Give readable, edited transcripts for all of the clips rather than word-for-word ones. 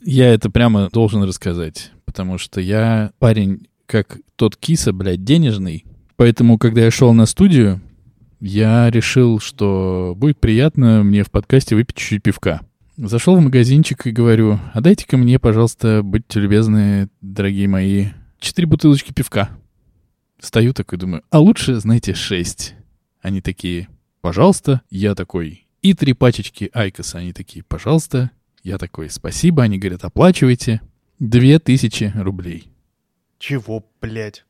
Я это прямо должен рассказать, потому что я парень, как тот киса, блядь, денежный. Поэтому, когда я шел на студию, я решил, что будет приятно мне в подкасте выпить чуть-чуть пивка. Зашел в магазинчик и говорю: а дайте-ка мне, пожалуйста, будьте любезны, дорогие мои, 4 бутылочки пивка. Стою такой, думаю, а лучше, знаете, 6. Они такие, пожалуйста. Я такой, и 3 пачечки Айкоса. Они такие, пожалуйста. Я такой, спасибо. Они говорят, оплачивайте. 2000 рублей. Чего, блядь?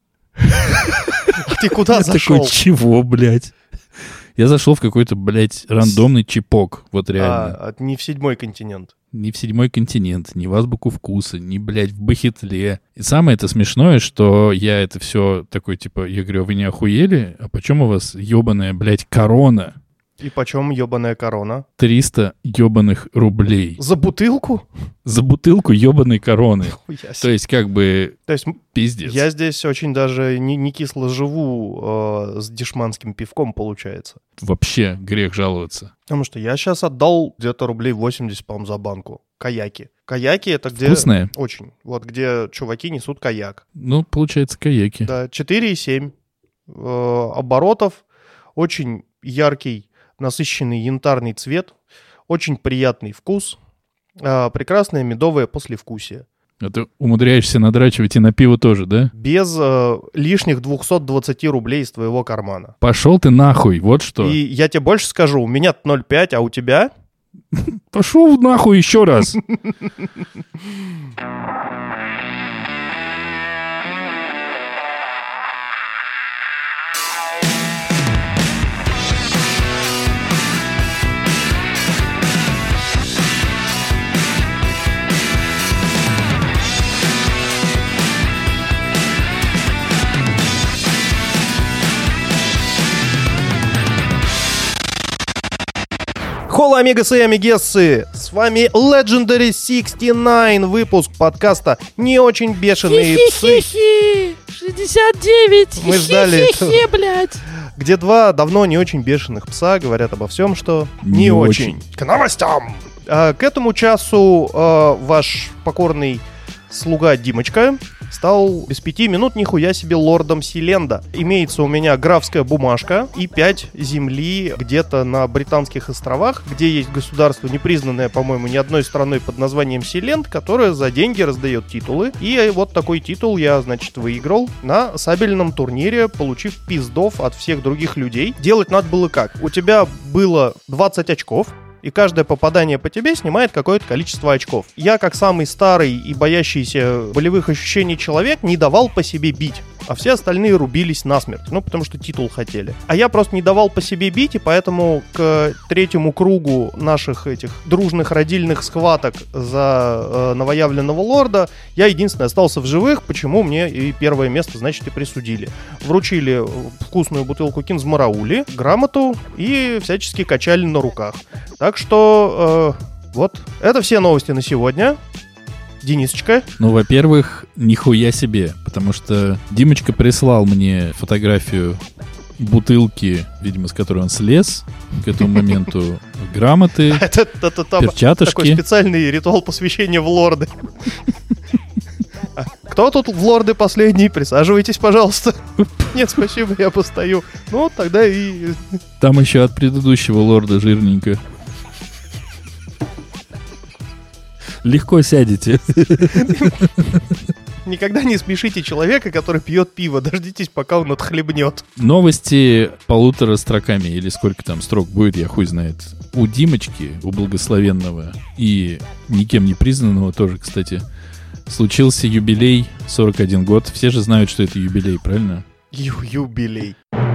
Ты куда зашел? Такой, чего, блядь? Я зашел в какой-то, блядь, рандомный чипок. Вот реально. Не в 7-й континент. Не в 7-й континент, не в Азбуку вкуса, не, блядь, в Бахетле. И самое это смешное, что я это все такой, типа, я говорю, вы не охуели? А почем у вас ебаная, блядь, корона? И почем ебаная корона? 300 ебаных рублей. За бутылку? За бутылку ебаной короны. То есть, как бы, пиздец. Я здесь очень даже не кисло живу с дешманским пивком, получается. Вообще грех жаловаться. Потому что я сейчас отдал где-то рублей 80, по-моему, за банку. Каяки. Каяки — это где... Вкусные? Очень. Вот где чуваки несут каяк. Ну, получается, каяки. Да, 4,7 оборотов. Очень яркий, насыщенный янтарный цвет, очень приятный вкус, прекрасное медовое послевкусие. А ты умудряешься надрачивать и на пиво тоже, да? Без лишних 220 рублей из твоего кармана. Пошел ты нахуй, вот что. И я тебе больше скажу, у меня 0,5, а у тебя? Пошел нахуй еще раз. Холла, амигасы и амигессы! С вами Legendary 69, выпуск подкаста «Не очень бешеные псы». 69! Мы ждали, блядь! где два давно не очень бешеных пса говорят обо всем, что не очень. К новостям! К этому часу ваш покорный слуга Димочка стал без 5 минут нихуя себе лордом Силенда. Имеется у меня графская бумажка и 5 земли где-то на Британских островах, где есть государство, не признанное, по-моему, ни одной страной под названием Силенд, которое за деньги раздает титулы. И вот такой титул я, значит, выиграл на сабельном турнире, получив пиздов от всех других людей. Делать надо было как? У тебя было 20 очков, и каждое попадание по тебе снимает какое-то количество очков. Я, как самый старый и боящийся болевых ощущений человек, не давал по себе бить, а все остальные рубились насмерть, потому что титул хотели. А я просто не давал по себе бить, и поэтому к третьему кругу наших этих дружных родильных схваток за новоявленного лорда я единственный остался в живых, почему мне и первое место, значит, и присудили. Вручили вкусную бутылку кинзмараули, грамоту и всячески качали на руках. Так что, вот, это все новости на сегодня. Денисочка. Ну, во-первых, нихуя себе, потому что Димочка прислал мне фотографию бутылки, видимо, с которой он слез к этому моменту, грамоты, перчаточки. Такой специальный ритуал посвящения в лорды. Кто тут в лорды последний? Присаживайтесь, пожалуйста. Нет, спасибо, я постою. Ну, тогда и... Там еще от предыдущего лорда жирненько. Легко сядете. Никогда не смешите человека, который пьет пиво. Дождитесь, пока он отхлебнет. Новости 1,5 строками, или сколько там строк будет, я хуй знает. У Димочки, у благословенного и никем не признанного тоже, кстати, случился юбилей 41 год. Все же знают, что это юбилей, правильно? Юбилей.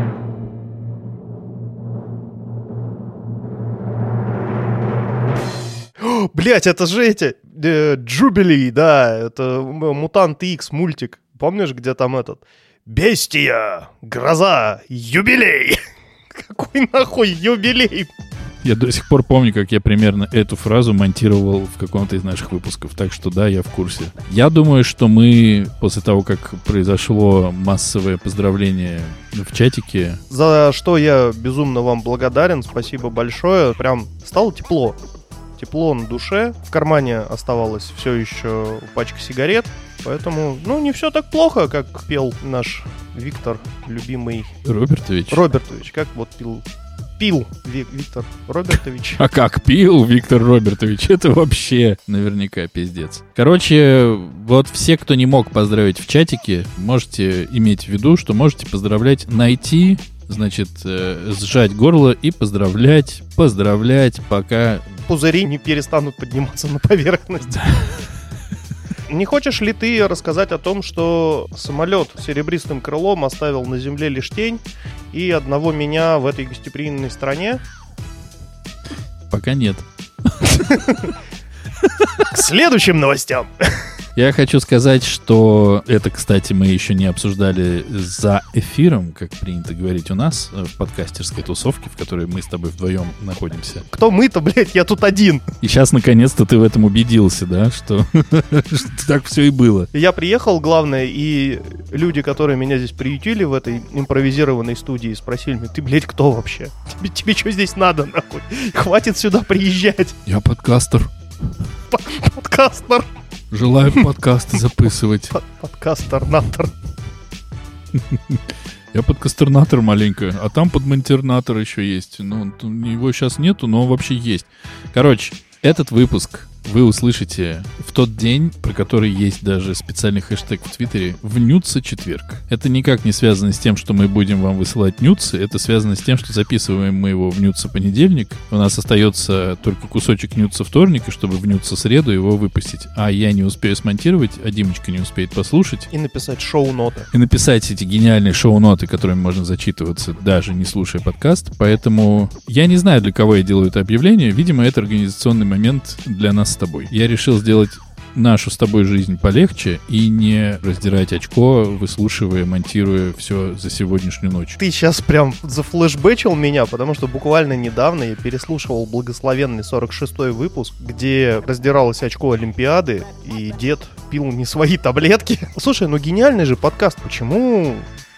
Блять, это же эти Джубили, да, это Мутант Икс мультик. Помнишь, где там этот Бестия, гроза, юбилей? Какой нахуй юбилей? Я до сих пор помню, как я примерно эту фразу монтировал в каком-то из наших выпусков. Так что да, я в курсе. Я думаю, что мы после того, как произошло массовое поздравление в чатике... За что я безумно вам благодарен. Спасибо большое. Прям стало тепло. тепло на душе. В кармане оставалась все еще пачка сигарет. Поэтому, не все так плохо, как пел наш Виктор, любимый... Робертович. Как вот пил Виктор Робертович. А как пил Виктор Робертович? Это вообще наверняка пиздец. Короче, вот все, кто не мог поздравить в чатике, можете иметь в виду, что можете поздравлять, найти, значит, сжать горло и поздравлять, пока... Пузыри не перестанут подниматься на поверхность. Не хочешь ли ты рассказать о том, что самолет с серебристым крылом оставил на земле лишь тень и одного меня в этой гостеприимной стране? Пока нет. К следующим новостям. Я хочу сказать, что это, кстати, мы еще не обсуждали за эфиром, как принято говорить у нас в подкастерской тусовке, в которой мы с тобой вдвоем находимся. Кто мы-то, блядь, я тут один. И сейчас, наконец-то, ты в этом убедился, да, что так все и было. Я приехал, главное, и люди, которые меня здесь приютили в этой импровизированной студии, спросили меня: ты, блядь, кто вообще? Тебе что здесь надо, нахуй? Хватит сюда приезжать. Я подкастер. Подкастер. Желаю подкасты записывать. Подкастернатор. Я подкастернатор маленько, а там подмонтернатор еще есть. Его сейчас нету, но вообще есть. Короче, этот выпуск вы услышите в тот день, про который есть даже специальный хэштег в Твиттере, в Нюдса-четверг. Это никак не связано с тем, что мы будем вам высылать нюдсы, это связано с тем, что записываем мы его в Нюдса-понедельник. У нас остается только кусочек Нюдса-вторник, и чтобы в Нюдса-среду его выпустить. А я не успею смонтировать, а Димочка не успеет послушать. И написать шоу-ноты. И написать эти гениальные шоу-ноты, которыми можно зачитываться, даже не слушая подкаст. Поэтому я не знаю, для кого я делаю это объявление. Видимо, это организационный момент для нас с тобой. Я решил сделать нашу с тобой жизнь полегче и не раздирать очко, выслушивая, монтируя все за сегодняшнюю ночь. Ты сейчас прям зафлешбэчил меня, потому что буквально недавно я переслушивал благословенный 46-й выпуск, где раздиралось очко Олимпиады, и дед пил не свои таблетки. Слушай, гениальный же подкаст. Почему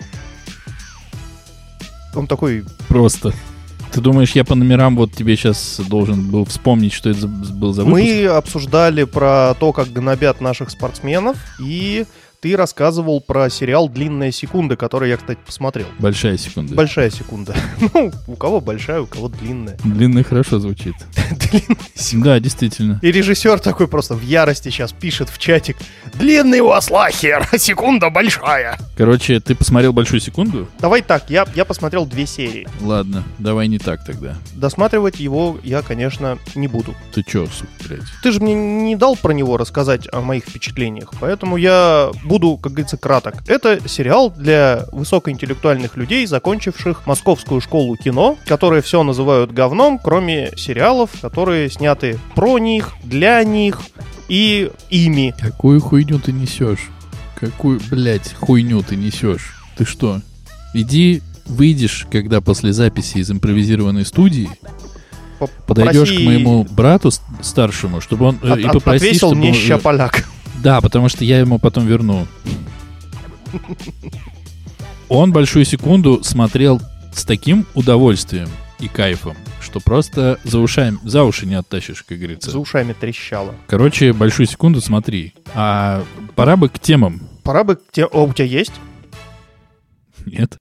он такой... Просто... Ты думаешь, я по номерам вот тебе сейчас должен был вспомнить, что это был за выпуск? Мы обсуждали про то, как гнобят наших спортсменов, и ты рассказывал про сериал «Длинная секунда», который я, кстати, посмотрел. Большая секунда. Большая секунда. У кого большая, у кого длинная. Длинная хорошо звучит. Длинная секунда. Да, действительно. И режиссер такой просто в ярости сейчас пишет в чатик: длинный у осла хер, секунда большая. Короче, ты посмотрел «Большую секунду»? Давай так, я посмотрел 2 серии. Ладно, давай не так тогда. Досматривать его я, конечно, не буду. Ты чё, сука, блядь? Ты же мне не дал про него рассказать о моих впечатлениях, поэтому я буду, как говорится, краток. Это сериал для высокоинтеллектуальных людей, закончивших Московскую школу кино, которые все называют говном, кроме сериалов, которые сняты про них, для них и ими. Какую хуйню ты несешь? Какую, блядь, хуйню ты несешь? Ты что? Иди, выйдешь, когда после записи из импровизированной студии, подойдешь к моему брату старшему, чтобы он... и попроси, отвесил чтобы мне он, ща-поляк. Да, потому что я ему потом верну. Он «Большую секунду» смотрел с таким удовольствием и кайфом, что просто за уши не оттащишь, как говорится. За ушами трещало. Короче, «Большую секунду» смотри. А пора бы к темам. Пора бы к темам. У тебя есть? Нет.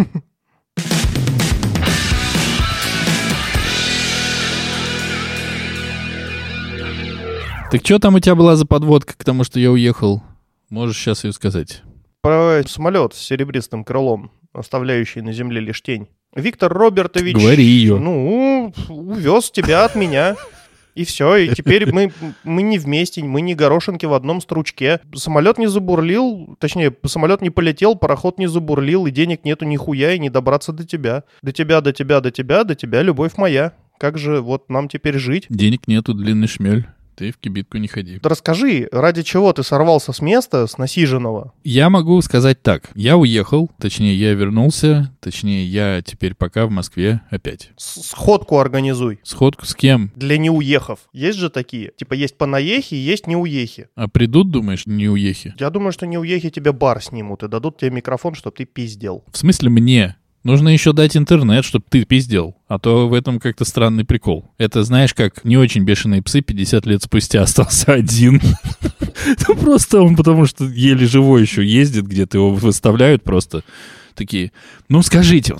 Так что там у тебя была за подводка к тому, что я уехал? Можешь сейчас ее сказать. Про самолет с серебристым крылом, оставляющий на земле лишь тень. Виктор Робертович... Говори ее. Увез тебя от меня. И все, и теперь мы не вместе, мы не горошинки в одном стручке. Самолет не забурлил, точнее, самолет не полетел, пароход не забурлил, и денег нету нихуя, и не добраться до тебя. До тебя, любовь моя. Как же вот нам теперь жить? Денег нету, длинный шмель. Ты в кибитку не ходи. Да расскажи, ради чего ты сорвался с места, с насиженного? Я могу сказать так. Я уехал, точнее, я вернулся, точнее, я теперь пока в Москве опять. Сходку организуй. Сходку с кем? Для неуехов. Есть же такие? Типа есть понаехи, есть неуехи. А придут, думаешь, неуехи? Я думаю, что неуехи тебе бар снимут и дадут тебе микрофон, чтобы ты пиздел. В смысле мне? Нужно еще дать интернет, чтобы ты пиздел. А то в этом как-то странный прикол. Это, знаешь, как не очень бешеные псы 50 лет спустя остался один. Ну, просто он потому что еле живой еще ездит, где-то его выставляют просто. Такие, ну скажите.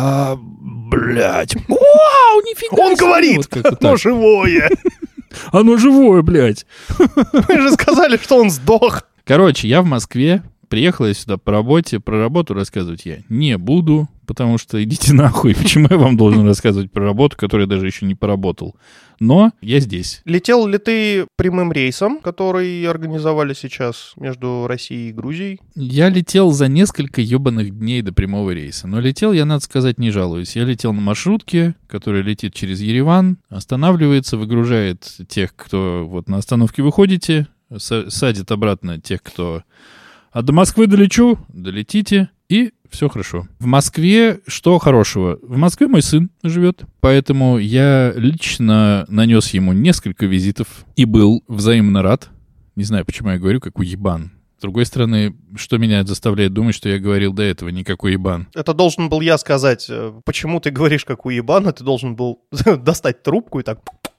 Блядь. Вау, нифига. Он говорит, оно живое. Оно живое, блядь. Мы же сказали, что он сдох. Короче, я в Москве. Приехал я сюда по работе, про работу рассказывать я не буду, потому что идите нахуй, почему я вам должен рассказывать про работу, которую я даже еще не поработал. Но я здесь. Летел ли ты прямым рейсом, который организовали сейчас между Россией и Грузией? Я летел за несколько ебаных дней до прямого рейса, но летел я, надо сказать, не жалуюсь. Я летел на маршрутке, которая летит через Ереван, останавливается, выгружает тех, кто вот на остановке выходите, садит обратно тех, кто... А до Москвы долечу, долетите, и все хорошо. В Москве что хорошего? В Москве мой сын живет, поэтому я лично нанес ему несколько визитов и был взаимно рад. Не знаю, почему я говорю, как уебан. С другой стороны, что меня заставляет думать, что я говорил до этого, не как уебан. Это должен был я сказать, почему ты говоришь как уебан, а ты должен был достать трубку и так...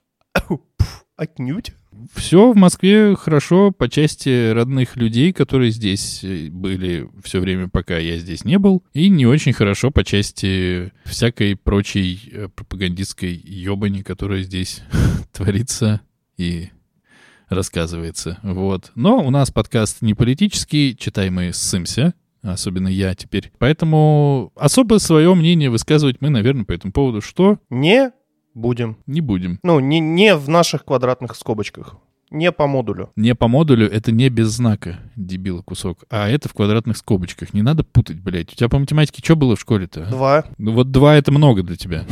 Отнюдь. Все в Москве хорошо по части родных людей, которые здесь были все время, пока я здесь не был. И не очень хорошо по части всякой прочей пропагандистской ебани, которая здесь творится и рассказывается. Вот. Но у нас подкаст не политический, читай, мы ссымся. Особенно я теперь. Поэтому особо свое мнение высказывать мы, наверное, по этому поводу что? Не будем. Не будем. Ну, не в наших квадратных скобочках. Не по модулю. Не по модулю — это не без знака, дебила кусок. А это в квадратных скобочках. Не надо путать, блядь. У тебя по математике что было в школе-то? 2. Ну вот 2 — это много для тебя.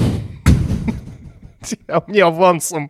А мне авансом.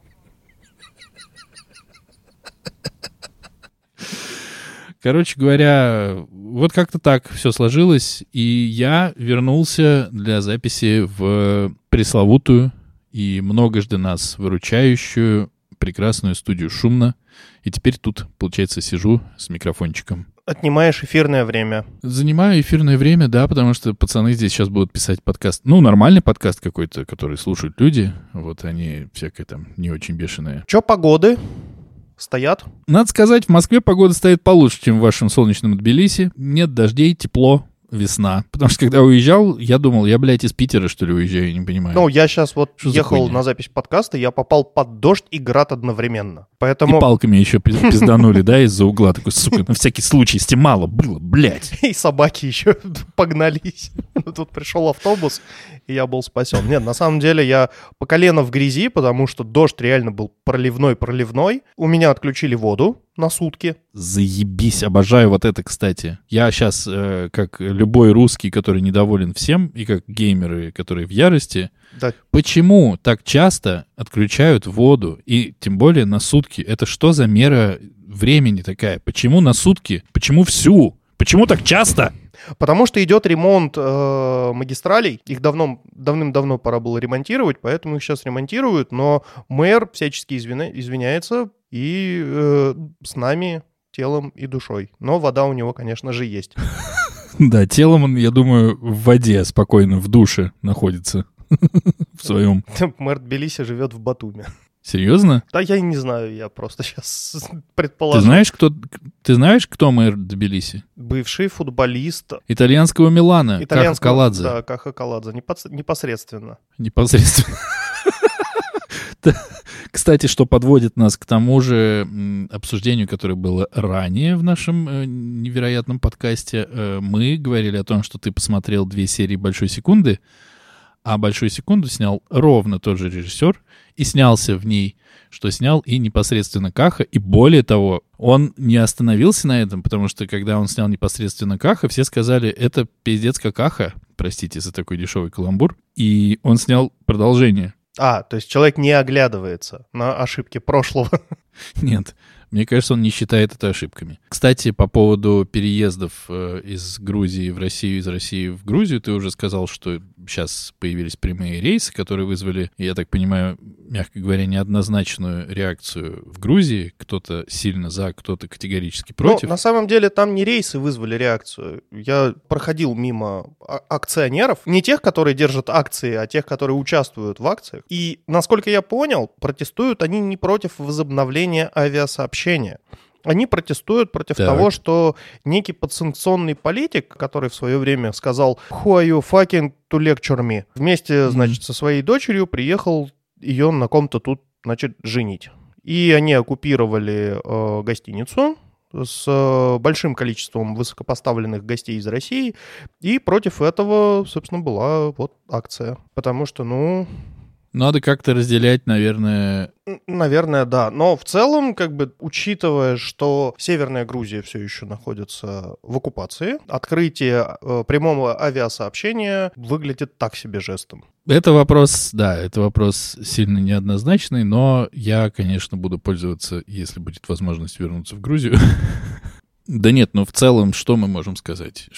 Короче говоря, вот как-то так все сложилось. И я вернулся для записи в пресловутую и многожды нас выручающую прекрасную студию «Шумно». И теперь тут, получается, сижу с микрофончиком. Отнимаешь эфирное время. Занимаю эфирное время, да, потому что пацаны здесь сейчас будут писать подкаст. Ну, нормальный подкаст какой-то, который слушают люди. Вот они всякое там не очень бешеное. Чё погоды? Стоят? Надо сказать, в Москве погода стоит получше, чем в вашем солнечном Тбилиси. Нет дождей, тепло. Весна. Потому что когда уезжал, я думал, я, блядь, из Питера, что ли, уезжаю, я не понимаю. Ну, я сейчас вот что ехал на запись подкаста, я попал под дождь и град одновременно. Поэтому... И палками еще пизданули, да, из-за угла. Такой, сука, на всякий случай, если мало было, блядь. И собаки еще погнались. Тут пришел автобус, и я был спасен. Нет, на самом деле я по колено в грязи, потому что дождь реально был проливной. У меня отключили воду на сутки. Заебись, обожаю вот это, кстати. Я сейчас, как любой русский, который недоволен всем, и как геймеры, которые в ярости, да. Почему так часто отключают воду, и тем более на сутки? Это что за мера времени такая? Почему на сутки? Почему всю? Почему так часто? Потому что идет ремонт магистралей. Их давным-давно пора было ремонтировать, поэтому их сейчас ремонтируют. Но мэр всячески извиняется и с нами, телом и душой. Но вода у него, конечно же, есть. Да, телом он, я думаю, в воде спокойно, в душе находится. В своем. Мэр Тбилиси живет в Батуми. Серьезно? Да, я не знаю, я просто сейчас предположил. Ты знаешь, кто мэр Тбилиси? Бывший футболист. Итальянского Милана, Каха Каладзе. Да, Каха Каладзе, непосредственно. Непосредственно. Кстати, что подводит нас к тому же обсуждению, которое было ранее в нашем невероятном подкасте. Мы говорили о том, что ты посмотрел 2 серии «Большой секунды», а «Большую секунду» снял ровно тот же режиссер, и снялся в ней, что снял и непосредственно Каха. И более того, он не остановился на этом, потому что когда он снял непосредственно Каха, все сказали, это пиздец как Каха, простите за такой дешевый каламбур, и он снял продолжение. То есть человек не оглядывается на ошибки прошлого. Нет, мне кажется, он не считает это ошибками. Кстати, по поводу переездов из Грузии в Россию, из России в Грузию, ты уже сказал, что сейчас появились прямые рейсы, которые вызвали, я так понимаю, мягко говоря, неоднозначную реакцию в Грузии. Кто-то сильно за, кто-то категорически против. Ну, на самом деле там не рейсы вызвали реакцию. Я проходил мимо акционеров, не тех, которые держат акции, а тех, которые участвуют в акциях. И, насколько я понял, протестуют они не против возобновления авиасообщения. Они протестуют против того, что некий подсанкционный политик, который в свое время сказал «Who are you fucking to lecture me?», вместе, значит, со своей дочерью приехал ее на ком-то тут, значит, женить. И они оккупировали гостиницу с большим количеством высокопоставленных гостей из России, и против этого, собственно, была вот акция. Потому что, ну... Надо как-то разделять, наверное... Наверное, да. Но в целом, как бы, учитывая, что Северная Грузия все еще находится в оккупации, открытие прямого авиасообщения выглядит так себе жестом. Это вопрос, да, это вопрос сильно неоднозначный, но я, конечно, буду пользоваться, если будет возможность вернуться в Грузию. Да нет, ну в целом, что мы можем сказать?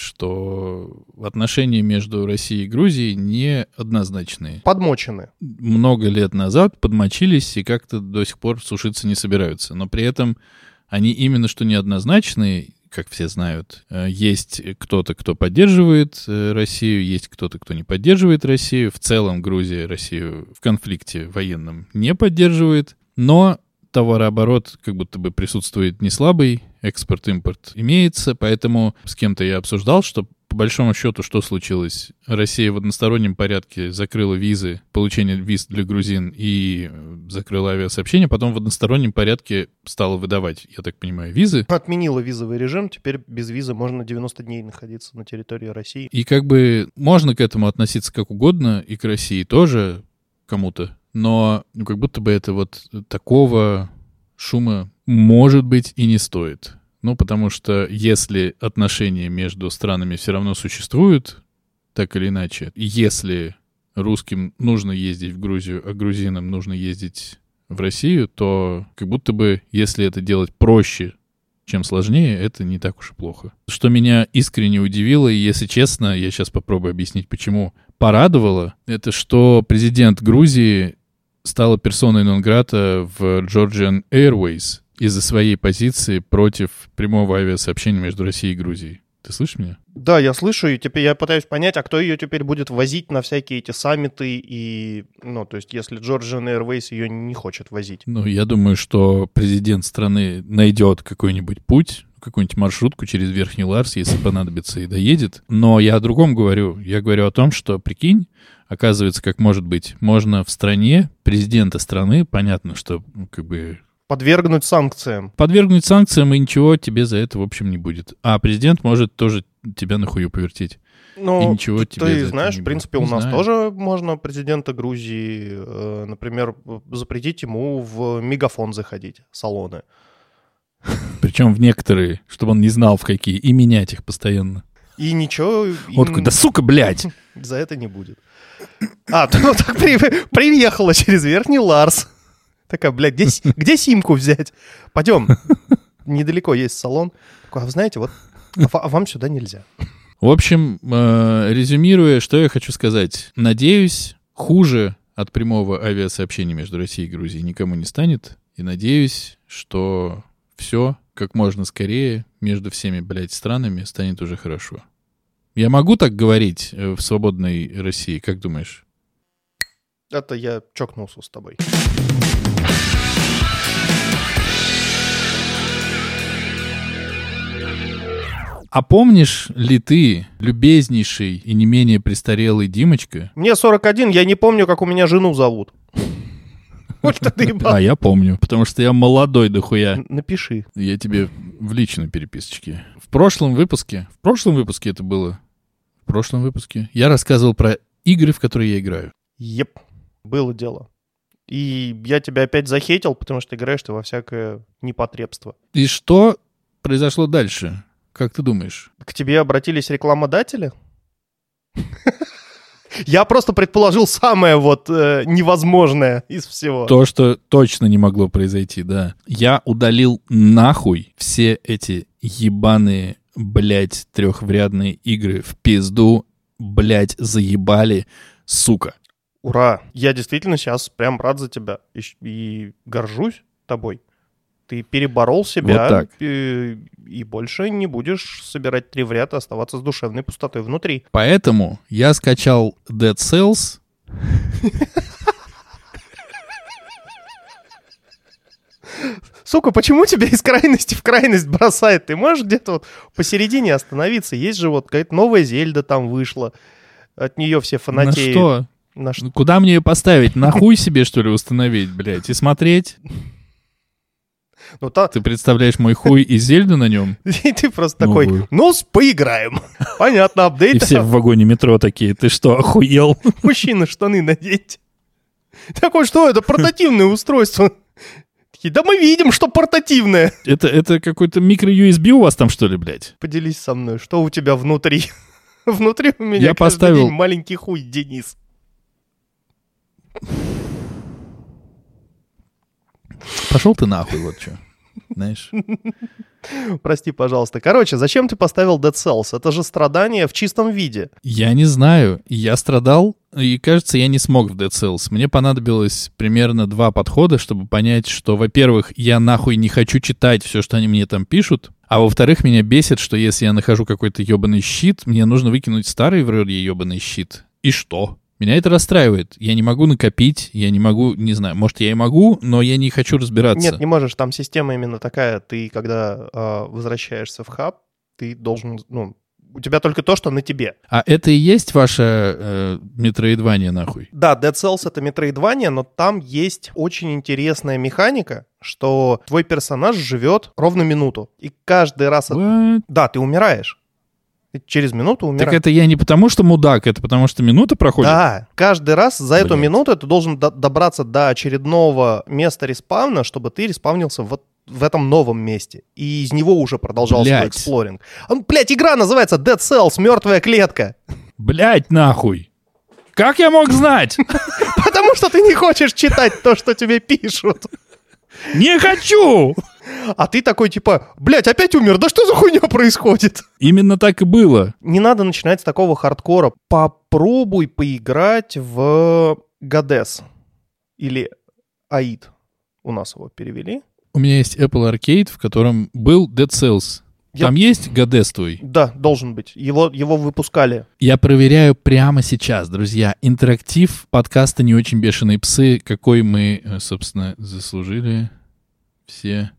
Что отношения между Россией и Грузией неоднозначные. Подмочены. Много лет назад подмочились и как-то до сих пор сушиться не собираются. Но при этом они именно что неоднозначные, как все знают. Есть кто-то, кто поддерживает Россию, есть кто-то, кто не поддерживает Россию. В целом Грузия Россию в конфликте военном не поддерживает, но товарооборот как будто бы присутствует не слабый, экспорт-импорт имеется, поэтому с кем-то я обсуждал, что по большому счету что случилось? Россия в одностороннем порядке закрыла визы, получение виз для грузин и закрыла авиасообщение, потом в одностороннем порядке стала выдавать, я так понимаю, визы. Отменила визовый режим, теперь без визы можно 90 дней находиться на территории России. И как бы можно к этому относиться как угодно, и к России тоже кому-то, но как будто бы это вот такого шума, может быть, и не стоит. Ну, потому что если отношения между странами все равно существуют, так или иначе, если русским нужно ездить в Грузию, а грузинам нужно ездить в Россию, то как будто бы, если это делать проще, чем сложнее, это не так уж и плохо. Что меня искренне удивило, и, если честно, я сейчас попробую объяснить, почему, порадовало, это что президент Грузии стала персоной нон-грата в Georgian Airways из-за своей позиции против прямого авиасообщения между Россией и Грузией. Ты слышишь меня? Да, я слышу, и теперь я пытаюсь понять, а кто ее теперь будет возить на всякие эти саммиты, и, ну, то есть, если Georgian Airways ее не хочет возить. Ну, я думаю, что президент страны найдет какой-нибудь путь, какую-нибудь маршрутку через Верхний Ларс, если понадобится, и доедет. Но я о другом говорю. Я говорю о том, что, прикинь, оказывается, как может быть, можно в стране президента страны, понятно, что как бы... Подвергнуть санкциям. Подвергнуть санкциям, и ничего тебе за это, в общем, не будет. А президент может тоже тебя на хую повертеть. Ну, и ничего тебе ты за это знаешь, не в принципе, будет. у нас знаю. тоже можно президента Грузии, например, запретить ему в Мегафон заходить, салоны. Причем в некоторые, чтобы он не знал в какие, и менять их постоянно. И ничего... Вот такой, да сука, блядь! За это не будет. А, ну так приехала через Верхний Ларс. Такая, блядь, где симку взять? Пойдем. Недалеко есть салон. Такой, а вы знаете, вот, а вам сюда нельзя. В общем, резюмируя, что я хочу сказать. Надеюсь, хуже от прямого авиасообщения между Россией и Грузией никому не станет. И надеюсь, что все как можно скорее между всеми, блядь, странами станет уже хорошо. Я могу так говорить в свободной России, как думаешь? Это я чокнулся с тобой. А помнишь ли ты, любезнейший и не менее престарелый Димочка? Мне 41, я не помню, как у меня жену зовут. Вот что ты ебал. А я помню, потому что я молодой дохуя. Напиши. Я тебе в личной переписочке. В прошлом выпуске это было, я рассказывал про игры, в которые я играю. Еп, было дело. И я тебя опять захейтил, потому что играешь ты во всякое непотребство. И что произошло дальше? Как ты думаешь? К тебе обратились рекламодатели? Я просто предположил самое вот невозможное из всего. То, что точно не могло произойти, да. Я удалил нахуй все эти ебаные, блядь, трехврядные игры в пизду блядь, заебали, сука. Ура! Я действительно сейчас прям рад за тебя и горжусь тобой. Ты переборол себя, Вот так. и больше не будешь собирать 3 в ряд и оставаться с душевной пустотой внутри. Поэтому я скачал Dead Cells. Сука, почему тебя из крайности в крайность бросает? Ты можешь где-то вот посередине остановиться? Есть же вот какая-то новая Зельда там вышла. От нее все фанатеют. На что? На что? Куда мне ее поставить? Нахуй себе, что ли, установить, блядь, и смотреть? Ну, Ты представляешь мой хуй и Зельду на нем? И ты просто такой, поиграем. Понятно, апдейт. И все в вагоне метро такие, ты что, охуел? Мужчина, штаны надеть. Такой, что это, портативное устройство? Такие, да мы видим, что портативное. Это какой-то микро-USB у вас там, что ли, блядь? Поделись со мной, что у тебя внутри? Внутри у меня Я каждый поставил- день маленький хуй, Денис. Пошел ты нахуй, вот что. Знаешь? Прости, пожалуйста. Короче, зачем ты поставил Dead Cells? Это же страдание в чистом виде. Я не знаю. Я страдал, и, кажется, я не смог в Dead Cells. Мне понадобилось примерно 2 подхода, чтобы понять, что, во-первых, я нахуй не хочу читать все, что они мне там пишут, а во-вторых, меня бесит, что если я нахожу какой-то ебаный щит, мне нужно выкинуть старый вроде ебаный щит. И что? Меня это расстраивает. Я не могу накопить, я не могу, не знаю, может, я и могу, но я не хочу разбираться. Нет, не можешь. Там система именно такая. Ты, когда возвращаешься в хаб, ты должен... у тебя только то, что на тебе. А это и есть ваше метроидвания, нахуй? Да, Dead Cells — это метроидвания, но там есть очень интересная механика, что твой персонаж живет ровно минуту. И каждый раз... What? Да, ты умираешь. Ты через минуту умираешь. Так это я не потому, что мудак, это потому, что минута проходит? Да, каждый раз за эту Блядь. минуту ты должен добраться до очередного места респавна, чтобы ты респавнился вот в этом новом месте. И из него уже продолжал свой Блядь. эксплоринг. Блять, игра называется Dead Cells, мертвая клетка. Блять, нахуй! Как я мог знать? Потому что ты не хочешь читать то, что тебе пишут. Не хочу! А ты такой типа, блять, опять умер, да что за хуйня происходит? Именно так и было. Не надо начинать с такого хардкора. Попробуй поиграть в Гадес. Или Аид. У нас его перевели. У меня есть Apple Arcade, в котором был Dead Cells. Там есть Гадес твой? Да, должен быть. Его выпускали. Я проверяю прямо сейчас, друзья. Интерактив подкаста «Не очень бешеные псы», какой мы, собственно, заслужили все.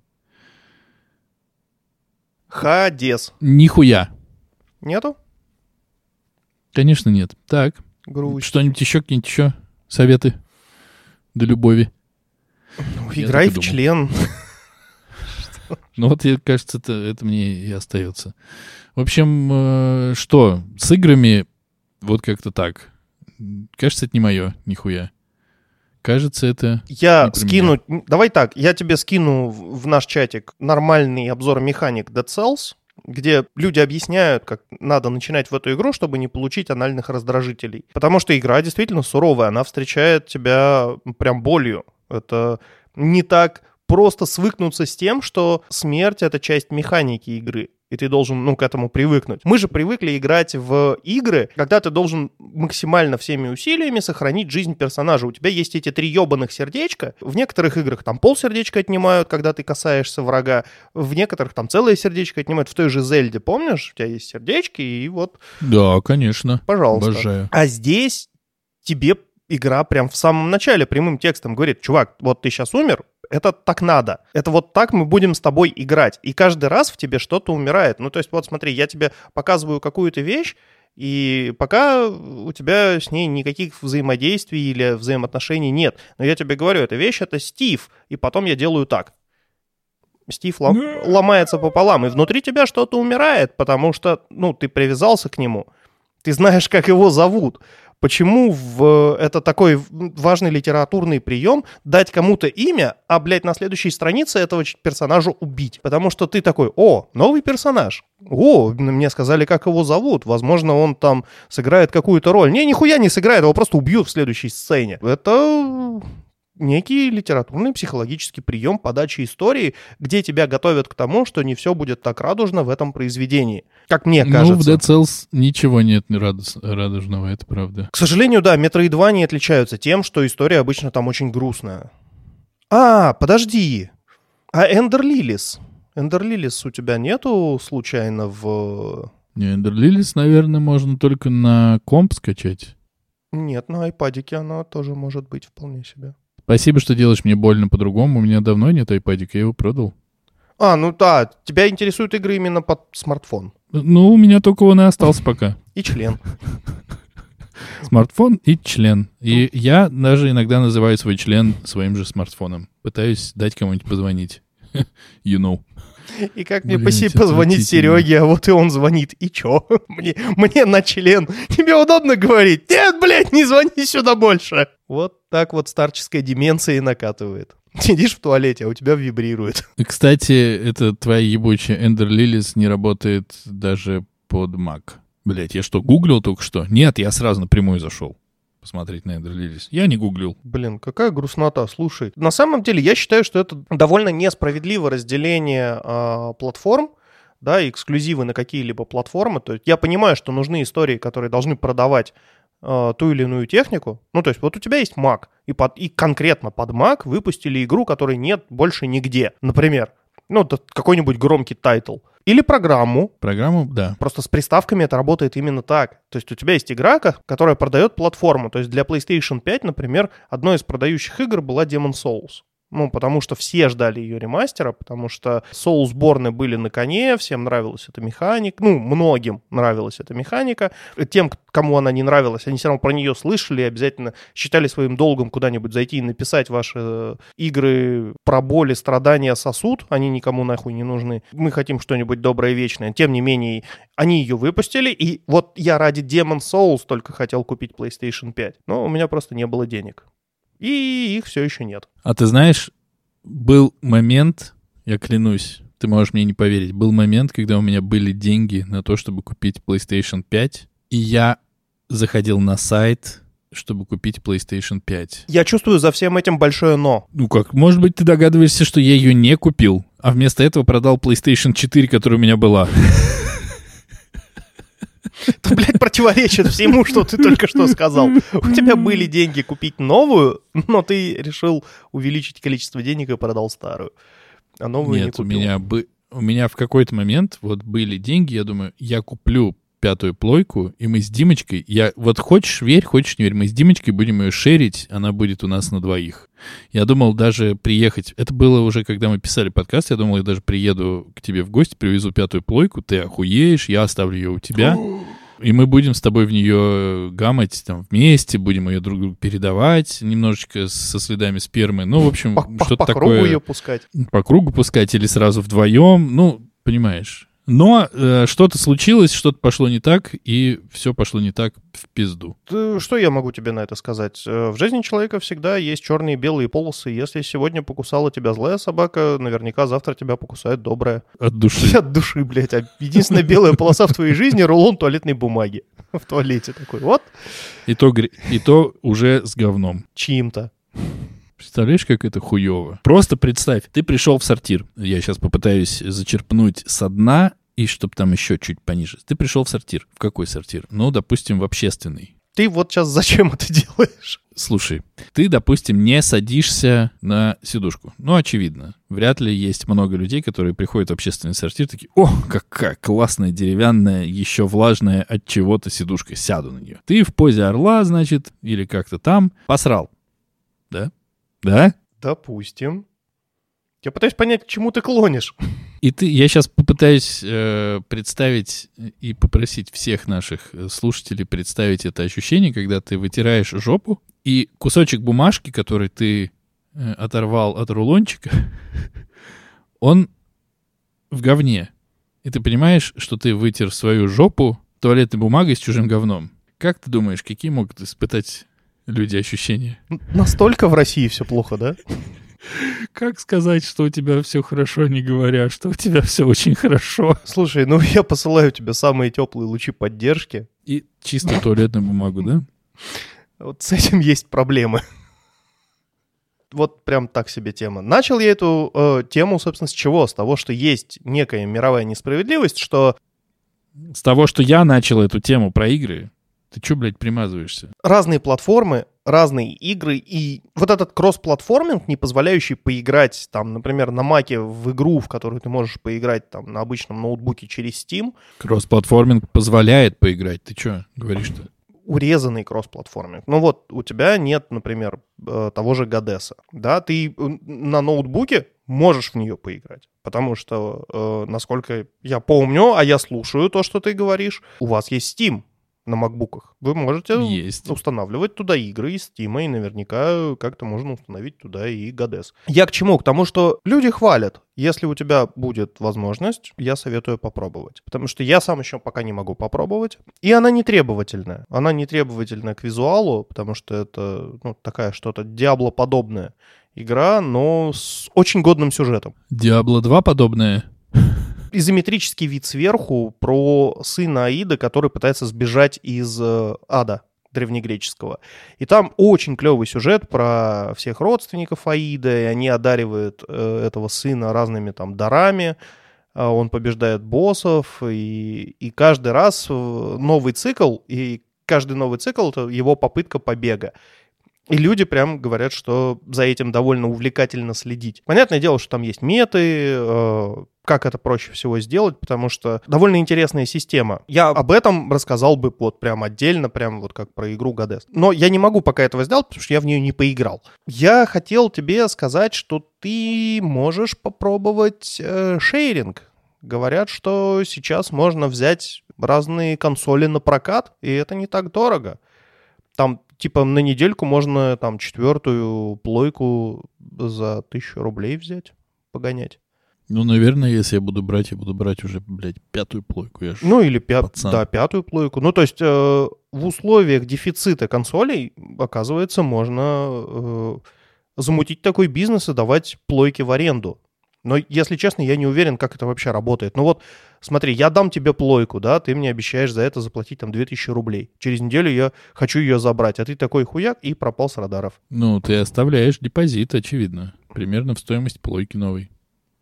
Хадес. Нихуя. Нету? Конечно, нет. Так, Грусть. что-нибудь еще, какие-нибудь еще советы до любови? Играй так и в думал. член. Ну вот, кажется, это мне и остается. В общем, что, с играми вот как-то так. Кажется, это не мое, нихуя. Кажется, это... Я не про скину... Давай так, я тебе скину в наш чатик нормальный обзор механик Dead Cells, где люди объясняют, как надо начинать в эту игру, чтобы не получить анальных раздражителей. Потому что игра действительно суровая, она встречает тебя прям болью. Это не так просто свыкнуться с тем, что смерть — это часть механики игры. И ты должен, к этому привыкнуть. Мы же привыкли играть в игры, когда ты должен максимально всеми усилиями сохранить жизнь персонажа. У тебя есть эти 3 ебаных сердечка. В некоторых играх там полсердечка отнимают, когда ты касаешься врага. В некоторых там целое сердечко отнимают. В той же Зельде, помнишь? У тебя есть сердечки, и вот, Да, конечно. пожалуйста. Обожаю. А здесь тебе игра прям в самом начале прямым текстом говорит: чувак, вот ты сейчас умер, это так надо. Это вот так мы будем с тобой играть. И каждый раз в тебе что-то умирает. То есть вот смотри, я тебе показываю какую-то вещь, и пока у тебя с ней никаких взаимодействий или взаимоотношений нет. Но я тебе говорю, эта вещь — это Стив, и потом я делаю так. Стив ломается пополам, и внутри тебя что-то умирает, потому что, ты привязался к нему. Ты знаешь, как его зовут. Почему это такой важный литературный прием дать кому-то имя, а, на следующей странице этого персонажа убить? Потому что ты такой: о, новый персонаж. О, мне сказали, как его зовут. Возможно, он там сыграет какую-то роль. Не, нихуя не сыграет, его просто убьют в следующей сцене. Это некий литературный психологический прием подачи истории, где тебя готовят к тому, что не все будет так радужно в этом произведении. Как мне кажется. Ну, в Dead Cells ничего нет радужного, это правда. К сожалению, да, Metroidvania отличаются тем, что история обычно там очень грустная. Подожди. Эндер Лилис? Эндер Лилис у тебя нету случайно в... Не, Эндер Лилис, наверное, можно только на комп скачать. Нет, на айпадике она тоже может быть вполне себе. Спасибо, что делаешь мне больно по-другому. У меня давно нет айпадика, я его продал. Ну да, тебя интересуют игры именно под смартфон. Ну, у меня только он и остался пока. И член. Смартфон и член. И я даже иногда называю свой член своим же смартфоном. Пытаюсь дать кому-нибудь позвонить. You know. И как мне позвонить Сереге, а вот и он звонит. И чё? Мне на член. Тебе удобно говорить? Нет, блядь, не звони сюда больше. Вот так вот старческая деменция и накатывает. Сидишь в туалете, а у тебя вибрирует. Кстати, это твоя ебучая Эндер Лилис не работает даже под Mac. Блять, я что, гуглил только что? Нет, я сразу напрямую зашел посмотреть на Эндер Лилис. Я не гуглил. Блин, какая грустнота, слушай. На самом деле, я считаю, что это довольно несправедливое разделение платформ, да, эксклюзивы на какие-либо платформы. То есть я понимаю, что нужны истории, которые должны продавать ту или иную технику. Ну, то есть вот у тебя есть Mac, и конкретно под Mac выпустили игру, которой нет больше нигде. Например, какой-нибудь громкий тайтл. Или программу. Программу, да. Просто с приставками это работает именно так. То есть у тебя есть игра, которая продает платформу. То есть для PlayStation 5, например, одной из продающих игр была Demon's Souls. Потому что все ждали ее ремастера, потому что Soulsborne были на коне, всем нравилась эта механика, многим нравилась эта механика. Тем, кому она не нравилась, они все равно про нее слышали и обязательно считали своим долгом куда-нибудь зайти и написать: ваши игры про боль и страдания сосуд, они никому нахуй не нужны. Мы хотим что-нибудь доброе и вечное. Тем не менее, они ее выпустили, и вот я ради Demon's Souls только хотел купить PlayStation 5, но у меня просто не было денег. И их все еще нет. А ты знаешь, был момент, я клянусь, ты можешь мне не поверить, был момент, когда у меня были деньги на то, чтобы купить PlayStation 5, и я заходил на сайт, чтобы купить PlayStation 5. Я чувствую за всем этим большое «но». Ну как, может быть, ты догадываешься, что я ее не купил, а вместо этого продал PlayStation 4, которая у меня была. Это, блядь, противоречит всему, что ты только что сказал. У тебя были деньги купить новую, но ты решил увеличить количество денег и продал старую. А новую не купил. Нет, у меня в какой-то момент вот были деньги, я думаю, я куплю 5-ю плойку, и мы с Димочкой, хочешь верь, хочешь не верь, мы с Димочкой будем ее шерить, она будет у нас на двоих. Я думал даже приехать, это было уже, когда мы писали подкаст, я думал, я даже приеду к тебе в гости, привезу 5-ю плойку, ты охуеешь, я оставлю ее у тебя, и мы будем с тобой в нее гамать там вместе, будем ее друг другу передавать, немножечко со следами спермы, в общем, что-то такое. По кругу ее пускать. По кругу пускать или сразу вдвоем, понимаешь. Но что-то случилось, что-то пошло не так, и все пошло не так в пизду. Что я могу тебе на это сказать? В жизни человека всегда есть черные и белые полосы. Если сегодня покусала тебя злая собака, наверняка завтра тебя покусает добрая. От души. От души, блядь. А единственная белая полоса в твоей жизни — рулон туалетной бумаги. В туалете такой, вот. И то уже с говном. Чьим-то. Представляешь, как это хуево? Просто представь, ты пришел в сортир. Я сейчас попытаюсь зачерпнуть со дна, и чтобы там еще чуть пониже. Ты пришел в сортир. В какой сортир? Допустим, в общественный. Ты вот сейчас зачем это делаешь? Слушай, ты, допустим, не садишься на сидушку. Очевидно. Вряд ли есть много людей, которые приходят в общественный сортир, такие: о, какая классная деревянная, еще влажная от чего-то сидушка, сяду на нее. Ты в позе орла, значит, или как-то там посрал. Да? Да? Допустим. Я пытаюсь понять, к чему ты клонишь. Я сейчас попытаюсь представить и попросить всех наших слушателей представить это ощущение, когда ты вытираешь жопу, и кусочек бумажки, который ты оторвал от рулончика, он в говне. И ты понимаешь, что ты вытер свою жопу туалетной бумагой с чужим говном. Как ты думаешь, какие могут испытать люди ощущения? Настолько в России все плохо, да? Как сказать, что у тебя все хорошо, не говоря, что у тебя все очень хорошо? Слушай, я посылаю тебе самые теплые лучи поддержки. И чистую туалетную бумагу, да? Вот с этим есть проблемы. вот прям так себе тема. Начал я эту тему, собственно, с чего? С того, что есть некая мировая несправедливость, что... С того, что я начал эту тему про игры, ты чё, блядь, примазываешься? Разные платформы, разные игры, и вот этот кросс-платформинг, не позволяющий поиграть, там, например, на Маке в игру, в которую ты можешь поиграть там на обычном ноутбуке через Steam. Кросс-платформинг позволяет поиграть. Ты чё говоришь-то? Урезанный кросс-платформинг. Ну вот, у тебя нет, например, того же Гадеса, да, ты на ноутбуке можешь в нее поиграть, потому что, насколько я помню, а я слушаю то, что ты говоришь, у вас есть Steam на макбуках. Вы можете устанавливать туда игры из Steam, и наверняка как-то можно установить туда и Гадес. Я к чему? К тому, что люди хвалят. Если у тебя будет возможность, я советую попробовать. Потому что я сам еще пока не могу попробовать. И она не требовательная. Она не требовательна к визуалу, потому что это такая что-то Диабло-подобная игра, но с очень годным сюжетом. Диабло 2 подобное? Изометрический вид сверху про сына Аида, который пытается сбежать из ада древнегреческого. И там очень клевый сюжет про всех родственников Аида, и они одаривают этого сына разными там дарами, он побеждает боссов, и каждый раз новый цикл, и каждый новый цикл — это его попытка побега. И люди прям говорят, что за этим довольно увлекательно следить. Понятное дело, что там есть меты, как это проще всего сделать, потому что довольно интересная система. Я об этом рассказал бы вот прям отдельно, прям вот как про игру Гадес. Но я не могу пока этого сделать, потому что я в нее не поиграл. Я хотел тебе сказать, что ты можешь попробовать шейринг. Говорят, что сейчас можно взять разные консоли на прокат, и это не так дорого. Там типа на недельку можно там 4-ю плойку за 1000 рублей взять, погонять. Ну, наверное, если я буду брать уже, блядь, 5-ю плойку. Ну, или 5-ю плойку. Ну, то есть в условиях дефицита консолей, оказывается, можно замутить такой бизнес и давать плойки в аренду. Но, если честно, я не уверен, как это вообще работает. Ну вот, смотри, я дам тебе плойку, да, ты мне обещаешь за это заплатить там 2000 рублей. Через неделю я хочу ее забрать, а ты такой хуяк и пропал с радаров. Ну, ты оставляешь депозит, очевидно. Примерно в стоимость плойки новой.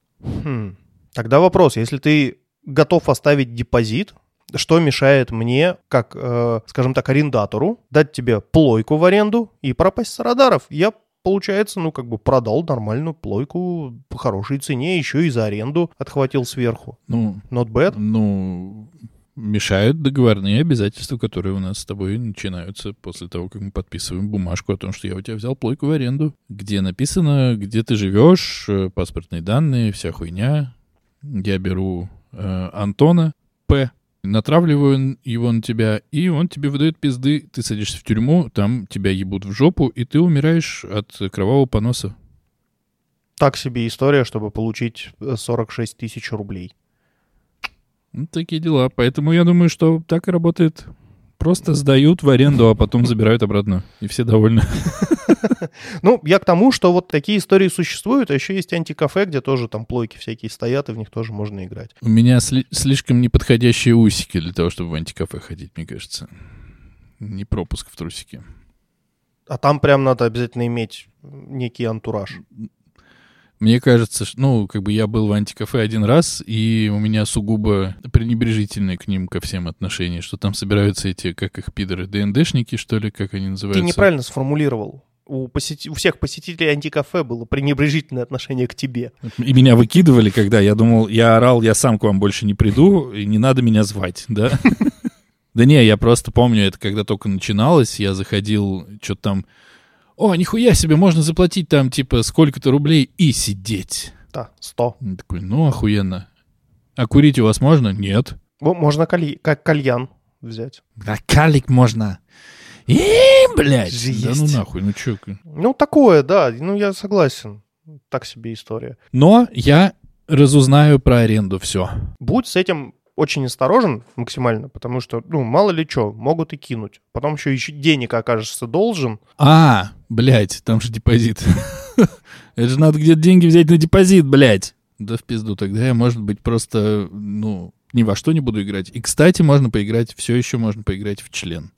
Тогда вопрос, если ты готов оставить депозит, что мешает мне, как, скажем так, арендатору, дать тебе плойку в аренду и пропасть с радаров? Я, получается, продал нормальную плойку по хорошей цене, еще и за аренду отхватил сверху. Ну, not bad. Ну, мешают договорные обязательства, которые у нас с тобой начинаются после того, как мы подписываем бумажку о том, что я у тебя взял плойку в аренду, где написано, где ты живешь, паспортные данные, вся хуйня. Я беру Антона П., натравливаю его на тебя, и он тебе выдает пизды. Ты садишься в тюрьму, там тебя ебут в жопу, и ты умираешь от кровавого поноса. Так себе история, чтобы получить 46 тысяч рублей. Вот такие дела. Поэтому я думаю, что так и работает. Просто сдают в аренду, а потом забирают обратно. И все довольны. Ну, я к тому, что вот такие истории существуют, а еще есть антикафе, где тоже там плойки всякие стоят, и в них тоже можно играть. У меня слишком неподходящие усики для того, чтобы в антикафе ходить, мне кажется. Не пропуск в трусики. А там прям надо обязательно иметь некий антураж. Мне кажется, что, я был в антикафе один раз, и у меня сугубо пренебрежительное к ним ко всем отношение, что там собираются эти, как их пидоры, ДНДшники, что ли, как они называются? Ты неправильно сформулировал. У всех посетителей антикафе было пренебрежительное отношение к тебе. И меня выкидывали, когда я думал, я орал, я сам к вам больше не приду, и не надо меня звать, да? Да не, я просто помню, это когда только начиналось, я заходил, что-то там... О, нихуя себе, можно заплатить там, сколько-то рублей и сидеть. Да, 100. Я такой, охуенно. А курить у вас можно? Нет. Можно как кальян взять. Да, калик можно. Блядь. Да ну нахуй, чё? Ну, такое, да, я согласен. Так себе история. Но я разузнаю про аренду все. Будь с этим очень осторожен максимально, потому что, мало ли что, могут и кинуть. Потом еще денег окажешься должен. Блядь, там же депозит. Это же надо где-то деньги взять на депозит, блядь. Да в пизду, тогда я, может быть, просто, ни во что не буду играть. И, кстати, все еще можно поиграть в член.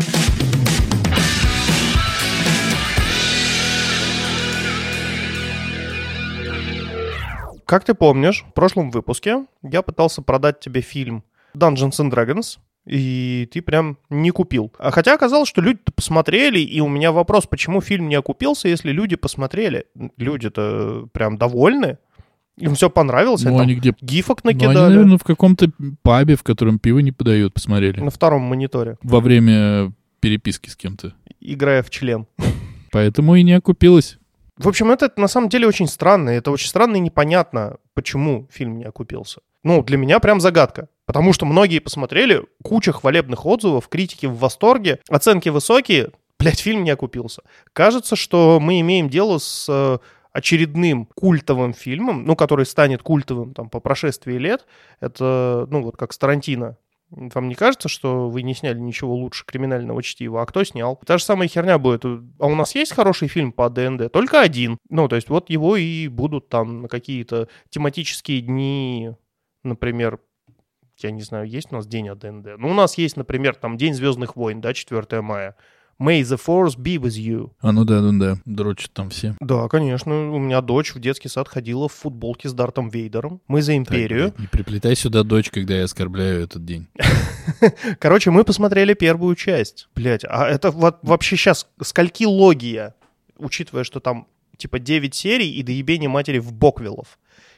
Как ты помнишь, в прошлом выпуске я пытался продать тебе фильм Dungeons and Dragons, и ты прям не купил. А хотя оказалось, что люди-то посмотрели, и у меня вопрос, почему фильм не окупился, если люди посмотрели? Люди-то прям довольны. Им все понравилось. Ну, они где? Гифок Ну, накидали. они, наверное, в каком-то пабе, в котором пиво не подают, посмотрели. На втором мониторе, Во время переписки с кем-то. играя в член. Поэтому и не окупилось. В общем, это на самом деле очень странно. Это очень странно и непонятно, почему фильм не окупился. Ну, для меня прям загадка. Потому что многие посмотрели, куча хвалебных отзывов, критики в восторге, оценки высокие. Блять, фильм не окупился. Кажется, что мы имеем дело с очередным культовым фильмом, ну, который станет культовым там по прошествии лет. Это, ну, вот как с Тарантино. Вам не кажется, что вы не сняли ничего лучше «Криминального чтива»? А кто снял? Та же самая херня будет. А у нас есть хороший фильм по ДНД? Только один. Ну, то есть вот его и будут там на какие-то тематические дни, например, я не знаю, есть у нас день АДНД? Ну, у нас есть, например, там День Звездных войн, да, 4 мая. May the Force be with you. А ну да, дрочат там все. Да, конечно. У меня дочь в детский сад ходила в футболке с Дартом Вейдером. Мы за империю. Так, не приплетай сюда дочь, когда я оскорбляю этот день. Короче, мы посмотрели первую часть. Блять, а это вот вообще сейчас скольки логия, учитывая, что там типа 9 серий и доебение матери в Боквиллов.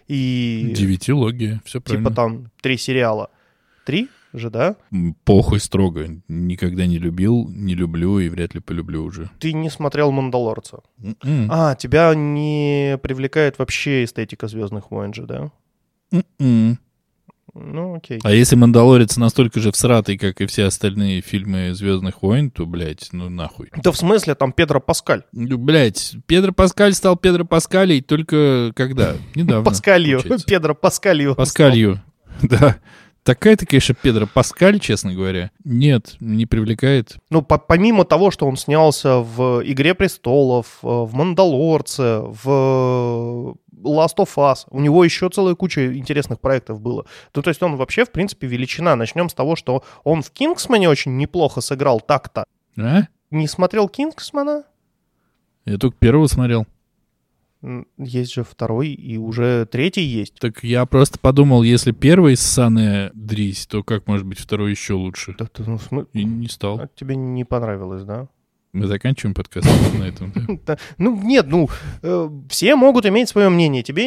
И 9 все правильно. типа там 3 сериала. 3 же, да? Похуй строго. Никогда не любил, не люблю и вряд ли полюблю уже. Ты не смотрел «Мандалорца». М-м. А, тебя не привлекает вообще эстетика «Звездных войн» же, да? М-м. Ну, окей. А если «Мандалорец» настолько же всратый, как и все остальные фильмы «Звездных войн», то, блядь, ну нахуй. Да в смысле, там Педро Паскаль. Ну, блядь, Педро Паскаль стал Педро Паскалей только когда? Недавно. Паскалью. получается. Педро Паскалью. Паскалью, да. Такая-то, конечно, Педро Паскаль, честно говоря. Нет, не привлекает. Ну, помимо того, что он снялся в «Игре престолов», в «Мандалорце», в «Last of Us», у него еще целая куча интересных проектов было. Ну, то есть он вообще, в принципе, величина. Начнем с того, что он в «Кингсмане» очень неплохо сыграл так-то. А? Не смотрел «Кингсмана»? Я только первого смотрел. Есть же второй, и уже третий есть. Так я просто подумал, если первый ссаная дрись, то как может быть второй еще лучше? Да, ну, И не стал. тебе не понравилось, да? Мы заканчиваем подкаст на этом, да? Ну, нет, все могут иметь свое мнение. Тебе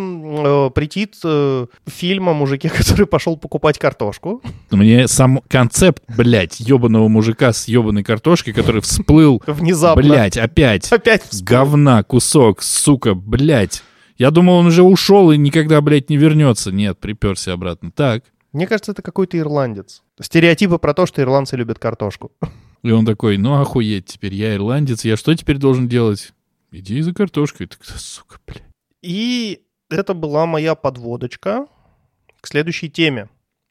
претит фильм о мужике, который пошел покупать картошку. Мне сам концепт, блядь, ебаного мужика с ебаной картошкой, который всплыл, Внезапно. блядь, опять. Опять С говна, кусок, сука, блядь. Я думал, он уже ушел и никогда, блядь, не вернется. Нет, приперся обратно. Так. Мне кажется, это какой-то ирландец. Стереотипы про то, что ирландцы любят картошку. И он такой, ну охуеть, теперь я ирландец, я что теперь должен делать? Иди за картошкой. Так, сука, блядь. И это была моя подводочка к следующей теме.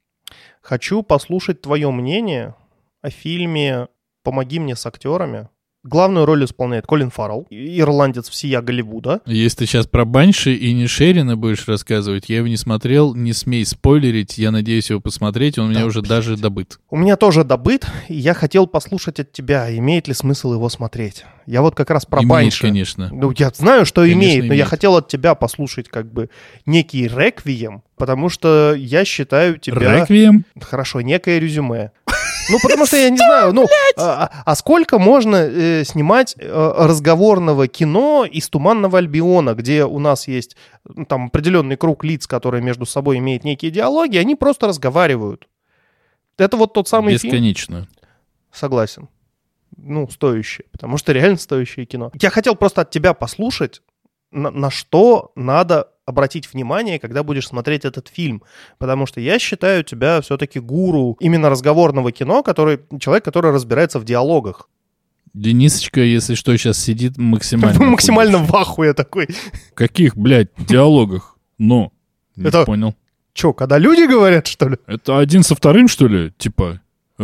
Хочу послушать твое мнение о фильме «Помоги мне с актерами». Главную роль исполняет Колин Фаррелл, ирландец всея Голливуда. Если ты сейчас про Банши и не Шерина будешь рассказывать, я его не смотрел, не смей спойлерить, я надеюсь его посмотреть, он у меня уже даже добыт. У меня тоже добыт, и я хотел послушать от тебя, имеет ли смысл его смотреть. Я вот как раз про Имеет, Банши. конечно. Ну, я знаю, что Конечно, имеет, но я имеет. хотел от тебя послушать как бы некий реквием, потому что я считаю тебя... Реквием? Хорошо, некое резюме. Ну, потому что я не знаю, а сколько можно снимать разговорного кино из «Туманного Альбиона», где у нас есть там определенный круг лиц, которые между собой имеют некие диалоги, они просто разговаривают. Это вот тот самый фильм. Бесконечно. Согласен. Ну, стоящее, потому что реально стоящее кино. Я хотел просто от тебя послушать, на что надо обратить внимание, когда будешь смотреть этот фильм. Потому что я считаю тебя все-таки гуру именно разговорного кино, человек, который разбирается в диалогах. Денисочка, если что, сейчас сидит максимально... Максимально в ахуе такой. В каких, блядь, диалогах? Ну, не Это- понял. Че, когда люди говорят, что ли? Это один со вторым, что ли? Типа,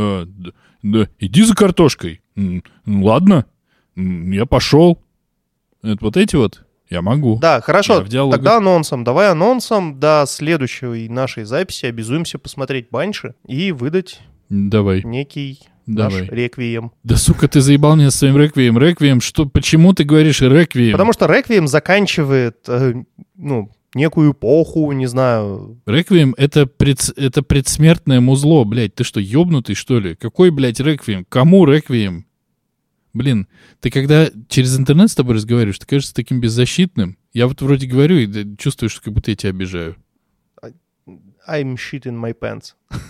да, иди за картошкой. Ладно, я пошел. Это вот эти вот? Я могу. Да, хорошо. Я в диалогах. Тогда анонсом. Давай анонсом до следующей нашей записи обязуемся посмотреть Банши и выдать Давай. некий Давай. наш реквием. Да, сука, ты заебал меня своим реквием. Реквием, что, почему ты говоришь реквием? Потому что реквием заканчивает, некую эпоху, не знаю. Реквием — это предсмертное музло, блядь. Ты что, ёбнутый, что ли? Какой, блядь, реквием? Кому реквием? Блин, ты когда через интернет с тобой разговариваешь, ты кажешься таким беззащитным. Я вот вроде говорю и чувствую, что как будто я тебя обижаю. I'm shit in my pants.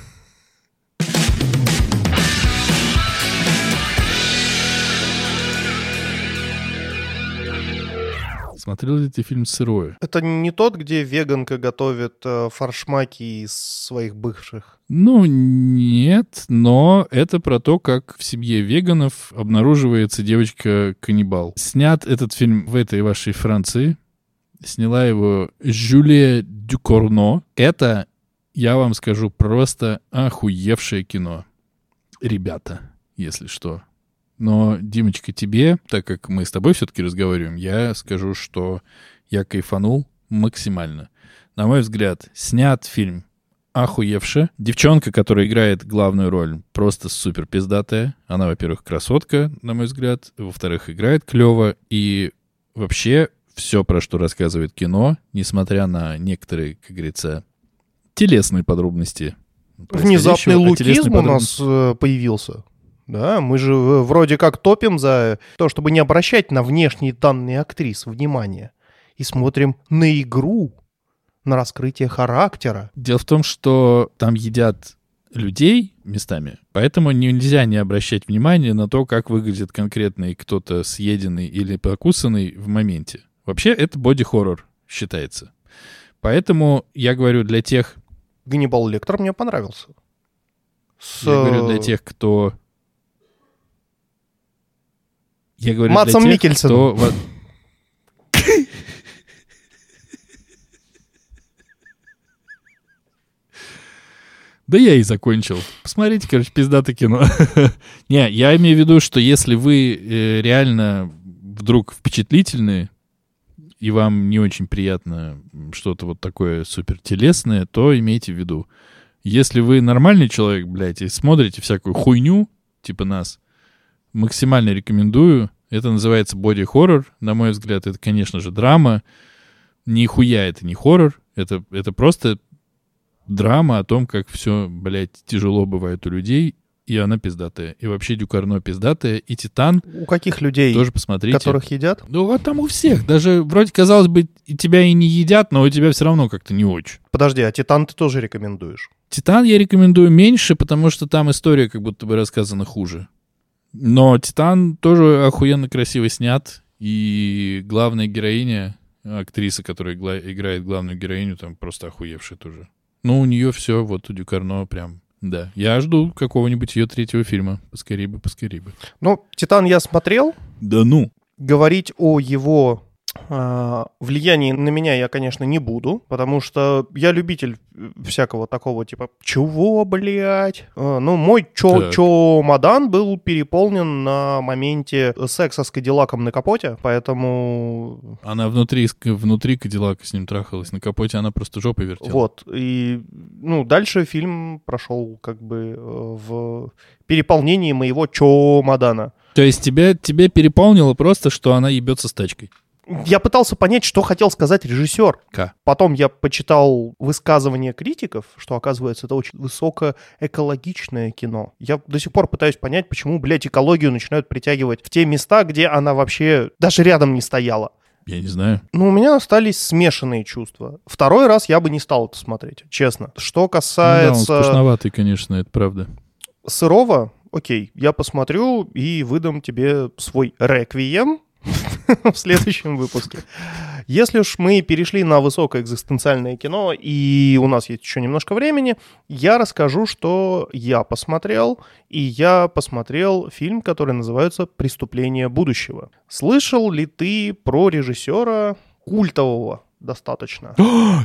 Смотрел ли ты фильм «Сырое»? Это не тот, где веганка готовит форшмаки из своих бывших? Ну, нет, но это про то, как в семье веганов обнаруживается девочка-каннибал. Снят этот фильм в этой вашей Франции. Сняла его Жюлия Дюкорно. Это, я вам скажу, просто охуевшее кино. Ребята, если что. Но, Димочка, тебе, так как мы с тобой все-таки разговариваем, я скажу, что я кайфанул максимально. На мой взгляд, снят фильм охуевше. Девчонка, которая играет главную роль, просто супер пиздатая. Она, во-первых, красотка, на мой взгляд. Во-вторых, играет клево. И вообще все, про что рассказывает кино, несмотря на некоторые, как говорится, телесные подробности. Внезапный лукизм у нас появился. Да, мы же вроде как топим за то, чтобы не обращать на внешние данные актрис внимания. И смотрим на игру, на раскрытие характера. Дело в том, что там едят людей местами, поэтому нельзя не обращать внимания на то, как выглядит конкретный кто-то съеденный или покусанный в моменте. Вообще это боди-хоррор считается. Поэтому я говорю для тех... Ганнибал Лектор мне понравился. Я говорю для тех, кто... Я говорю Мадсом для тех, Миккельсеном. кто... Да я и закончил. Посмотрите, короче, пиздатое кино. Не, я имею в виду, что если вы реально вдруг впечатлительны, и вам не очень приятно что-то вот такое супертелесное, то имейте в виду. Если вы нормальный человек, блядь, и смотрите всякую хуйню, типа нас, максимально рекомендую. Это называется боди-хоррор. На мой взгляд, это, конечно же, драма. Нихуя это не хоррор. Это просто драма о том, как все, блядь, тяжело бывает у людей. И она пиздатая. И вообще Дюкорно пиздатая. И Титан. У каких людей? Тоже посмотрите. Которых едят? Ну, вот там у всех. Даже вроде, казалось бы, тебя и не едят, но у тебя все равно как-то не очень. Подожди, а Титан ты тоже рекомендуешь? Титан я рекомендую меньше, потому что там история как будто бы рассказана хуже. Но «Титан» тоже охуенно красиво снят, и главная героиня, актриса, которая играет главную героиню, там просто охуевшая тоже. Ну, у нее все, вот у Дюкорно прям, да. Я жду какого-нибудь ее третьего фильма. Поскорей бы. Ну, «Титан» я смотрел. Да ну. Говорить о его влиянии на меня я, конечно, не буду, потому что я любитель всякого такого, типа, чего, блядь? Ну, мой чемодан был переполнен на моменте секса с Кадиллаком на капоте, поэтому... Она внутри Кадиллака с ним трахалась, на капоте она просто жопой вертела. Вот, и, ну, дальше фильм прошел как бы в переполнении моего чемодана. То есть тебя переполнило просто, что она ебется с тачкой? Я пытался понять, что хотел сказать режиссер. Потом я почитал высказывания критиков, что, оказывается, это очень высокоэкологичное кино. Я до сих пор пытаюсь понять, почему, блядь, экологию начинают притягивать в те места, где она вообще даже рядом не стояла. Я не знаю. Ну, у меня остались смешанные чувства. Второй раз я бы не стал это смотреть, честно. Что касается... Ну да, он скучноватый, конечно, это правда. Сырого, окей, я посмотрю и выдам тебе свой реквием в следующем выпуске. Если уж мы перешли на высокоэкзистенциальное кино, и у нас есть еще немножко времени, я расскажу, что я посмотрел. И я посмотрел фильм, который называется «Преступление будущего». Слышал ли ты про режиссера культового достаточно?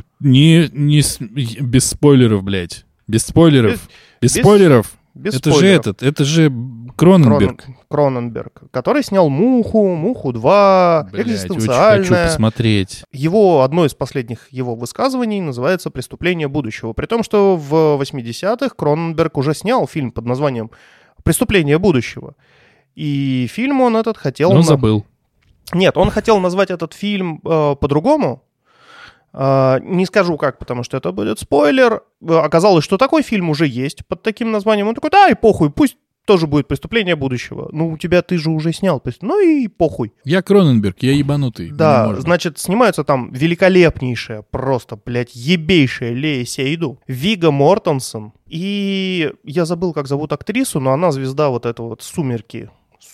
Без спойлеров, блядь. Без спойлеров. Без спойлеров. Это же Кроненберг. Кроненберг, который снял «Муху», «Муху-2», «Экзистенциальное». Очень хочу посмотреть. Одно из последних его высказываний называется «Преступление будущего». При том, что в 80-х Кроненберг уже снял фильм под названием «Преступление будущего». И фильм он этот хотел... Но забыл. Нет, он хотел назвать этот фильм по-другому. Не скажу как, потому что это будет спойлер. Оказалось, что такой фильм уже есть под таким названием. Он такой, да, и похуй, пусть тоже будет «Преступление будущего». Ну, ты же уже снял. Ну и похуй. Я Кроненберг, я ебанутый. Да, значит, снимаются там великолепнейшая, просто, блядь, ебейшая Лея Сейду, Вигго Мортенсен. И я забыл, как зовут актрису, но она звезда вот этого вот «Сумерки».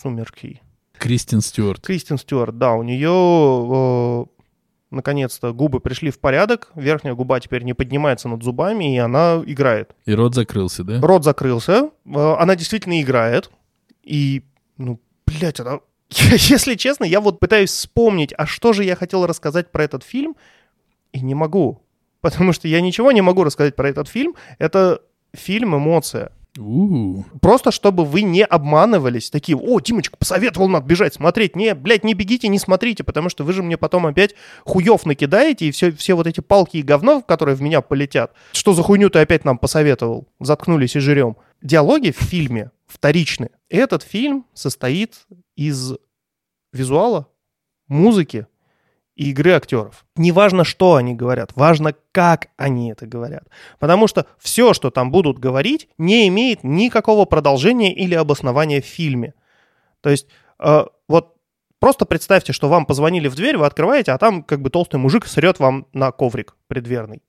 Кристен Стюарт, да, у нее... Наконец-то губы пришли в порядок, верхняя губа теперь не поднимается над зубами, и она играет. И рот закрылся, да? Рот закрылся, она действительно играет, и, блядь, она... Если честно, я вот пытаюсь вспомнить, а что же я хотел рассказать про этот фильм, и не могу, потому что я ничего не могу рассказать про этот фильм, это фильм «Эмоция». Просто чтобы вы не обманывались, такие, Димочка посоветовал, надо бежать, смотреть. Не, блядь, не бегите, не смотрите, потому что вы же мне потом опять хуев накидаете, и все вот эти палки и говно, которые в меня полетят. Что за хуйню ты опять нам посоветовал? Заткнулись и жрем. Диалоги в фильме вторичны. Этот фильм состоит из визуала, музыки и игры актеров. Не важно, что они говорят, важно, как они это говорят. Потому что все, что там будут говорить, не имеет никакого продолжения или обоснования в фильме. То есть, вот просто представьте, что вам позвонили в дверь, вы открываете, а там как бы толстый мужик срет вам на коврик преддверный.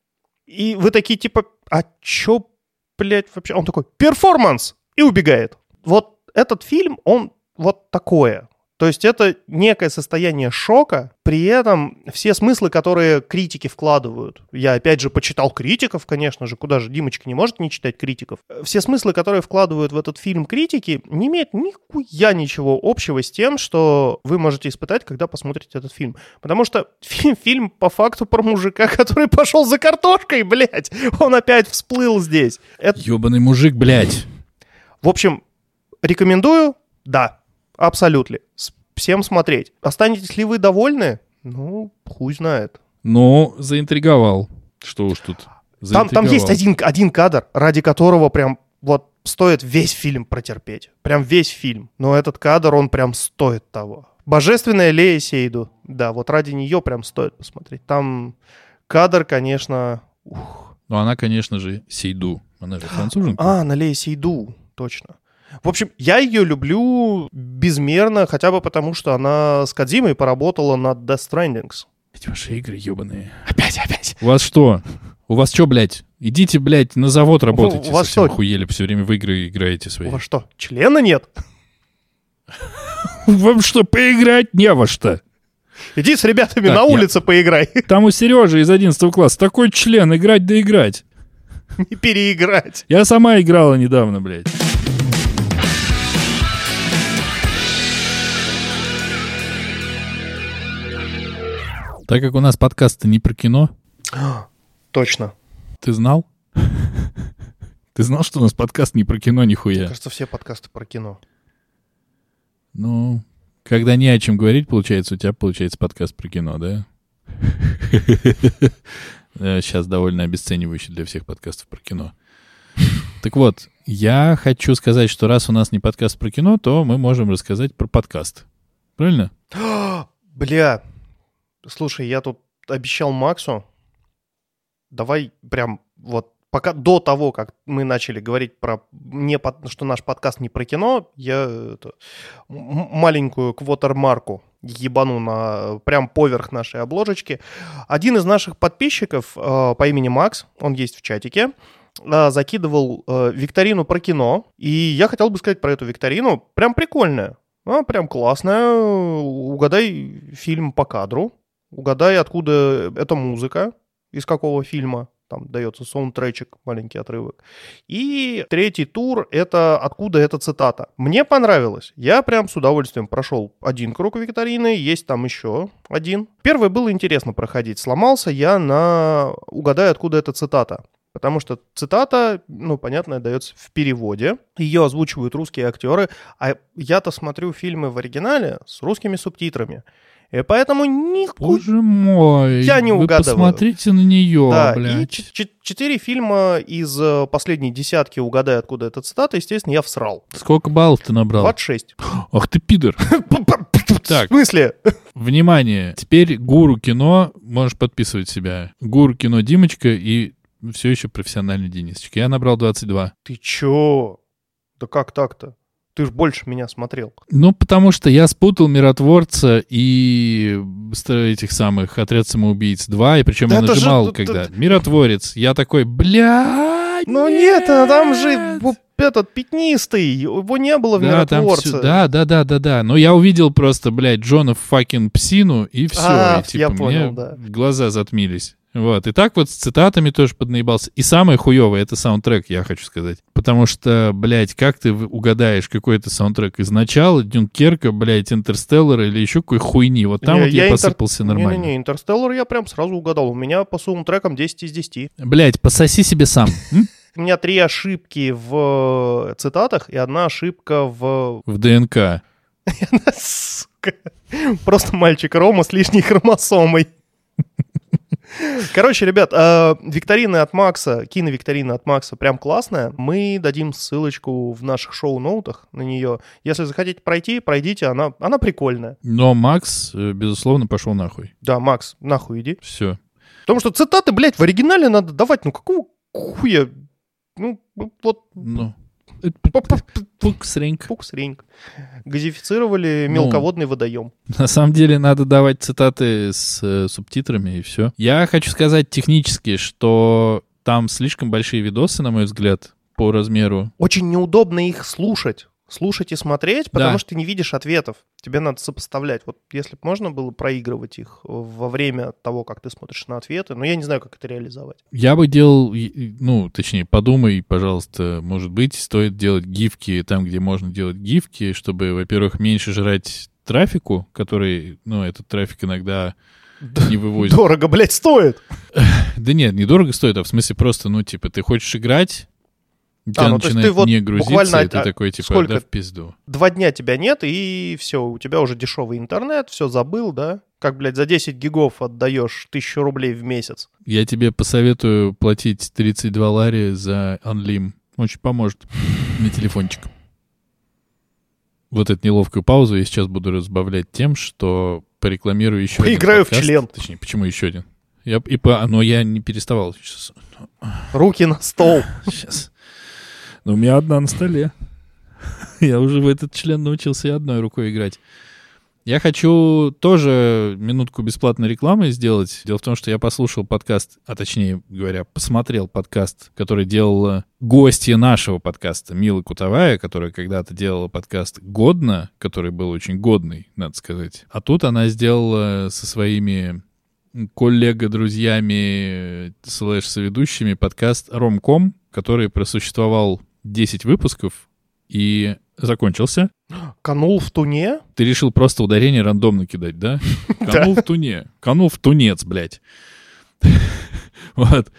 И вы такие типа, а чё, блядь, вообще? Он такой, перформанс! И убегает. Вот этот фильм, он вот такое. То есть это некое состояние шока, при этом все смыслы, которые критики вкладывают, я опять же почитал критиков, конечно же, куда же Димочка не может не читать критиков, все смыслы, которые вкладывают в этот фильм критики, не имеют нихуя ничего общего с тем, что вы можете испытать, когда посмотрите этот фильм. Потому что фильм по факту про мужика, который пошел за картошкой, блядь, он опять всплыл здесь. Ёбаный мужик, блядь. В общем, рекомендую, да. Абсолютно. Всем смотреть. Останетесь ли вы довольны? Хуй знает. Заинтриговал. Что уж тут. Там есть один кадр, ради которого прям вот стоит весь фильм протерпеть. Прям весь фильм. Но этот кадр, он прям стоит того. Божественная Лея Сейду. Да, вот ради нее прям стоит посмотреть. Там кадр, конечно... Ну, она, конечно же, Сейду. Она же француженка. Она Лея Сейду, точно. В общем, я ее люблю безмерно, хотя бы потому, что она с Кодзимой поработала над Death Stranding. Эти ваши игры ебаные. Опять. У вас что? У вас что, блядь? Идите, блядь, на завод работайте. У вас совсем что? Охуели, все время в игры играете свои. У вас что, члена нет? Вам что, поиграть не во что? Иди с ребятами на улице поиграй. Там у Сережи из 11 класса такой член, играть да играть. Не переиграть. Я сама играла недавно, блядь. Так как у нас подкаст-то не про кино. Точно. Ты знал? Ты знал, что у нас подкаст не про кино нихуя? Мне кажется, все подкасты про кино. Когда не о чем говорить, получается, у тебя получается подкаст про кино, да? Сейчас довольно обесценивающе для всех подкастов про кино. Так вот, я хочу сказать, что раз у нас не подкаст про кино, то мы можем рассказать про подкаст. Правильно? Бля, слушай, я тут обещал Максу, давай прям вот пока до того, как мы начали говорить про что наш подкаст не про кино, я маленькую квотермарку ебану прям поверх нашей обложечки. Один из наших подписчиков по имени Макс, он есть в чатике, закидывал викторину про кино, и я хотел бы сказать про эту викторину. Прям прикольная, прям классная. Угадай фильм по кадру, угадай, откуда эта музыка, из какого фильма. Там дается саундтречек, маленький отрывок. И третий тур — это откуда эта цитата. Мне понравилось. Я прям с удовольствием прошел один круг викторины, есть там еще один. Первый было интересно проходить. Сломался я на угадай, откуда эта цитата. Потому что цитата, понятно, дается в переводе. Ее озвучивают русские актеры. А я-то смотрю фильмы в оригинале с русскими субтитрами. И поэтому Боже мой, я не угадываю. Посмотрите на нее, да, блядь. И 4 фильма из последней десятки «Угадай, откуда эта цитата», естественно, я всрал. Сколько баллов ты набрал? 26. Ах ты пидор. Так. В смысле? Внимание, теперь Гуру Кино, можешь подписывать себя. Гуру Кино Димочка и все еще профессиональный Денисочка. Я набрал 22. Ты чё? Да как так-то? Ты ж больше меня смотрел. Ну, потому что я спутал «Миротворца» и этих самых «Отряд самоубийц 2», и причем Да я это нажимал, же- когда «Миротворец», я такой, блядь, Ну нет, там же этот пятнистый, его не было в да, там «Миротворце». всё- да. Но я увидел просто, блядь, Джона факин Псину, и все. А, и, типа, я понял, мне да. глаза затмились. Вот. И так вот с цитатами тоже поднаебался. И самое хуевое — это саундтрек, я хочу сказать. Потому что, блядь, как ты угадаешь, какой это саундтрек из начала, Дюнкерка, блядь, Интерстеллара или еще какой хуйни? Вот там Не, вот я Интер- посыпался нормально. Не-не-не, «Интерстеллар» я прям сразу угадал. У меня по саундтрекам 10 из 10. Блядь, пососи себе сам. У меня 3 ошибки в цитатах и 1 ошибка в... В ДНК. Сука. Просто мальчик Рома с лишней хромосомой. Короче, ребят, викторины от Макса, киновикторина от Макса прям классная. Мы дадим ссылочку в наших шоу-ноутах на нее. Если захотите пройти, пройдите, она прикольная. Но Макс, безусловно, пошел нахуй. Да, Макс, нахуй иди. Все. Потому что цитаты, блядь, в оригинале надо давать. Ну какого хуя? Ну, вот... Ну. Пукс-ринг. Пукс-ринг. Газифицировали Ну. мелководный водоем. На самом деле надо давать цитаты с субтитрами и все. Я хочу сказать технически, что там слишком большие видосы, на мой взгляд, по размеру. Очень неудобно их слушать. Слушать и смотреть, потому Да. что ты не видишь ответов. Тебе надо сопоставлять. Вот если бы можно было проигрывать их во время того, как ты смотришь на ответы, но я не знаю, как это реализовать. Я бы делал, ну, точнее, подумай, пожалуйста, может быть, стоит делать гифки там, где можно делать гифки, чтобы, во-первых, меньше жрать трафику, который, ну, этот трафик иногда не вывозит. Дорого, блядь, стоит! Да нет, недорого стоит, а в смысле просто, ну, типа, ты хочешь играть, у тебя ну, то есть начинает ты вот не грузиться, буквально, и ты такой, типа, сколько? да в пизду. 2 дня тебя нет, и все, у тебя уже дешевый интернет, все забыл, да? Как, блядь, за 10 гигов отдаешь 1000 рублей в месяц. Я тебе посоветую платить 32 лари за Unlim. Очень поможет на телефончик. Вот эту неловкую паузу я сейчас буду разбавлять тем, что порекламирую еще Поиграю один в подкаст. член. Точнее, почему еще один? Но я не переставал. Руки на стол. Сейчас. Но у меня одна на столе. Я уже в этот член научился и одной рукой играть. Я хочу тоже минутку бесплатной рекламы сделать. Дело в том, что я послушал подкаст, а точнее говоря, посмотрел подкаст, который делала гостья нашего подкаста Мила Кутовая, которая когда-то делала подкаст «Годно», который был очень годный, надо сказать. А тут она сделала со своими коллега-друзьями /соведущими подкаст «Ромком», который просуществовал 10 выпусков и закончился. Канул в туне? Ты решил просто ударение рандомно кидать, да? Канул в туне. Канул в тунец, блядь. Вот.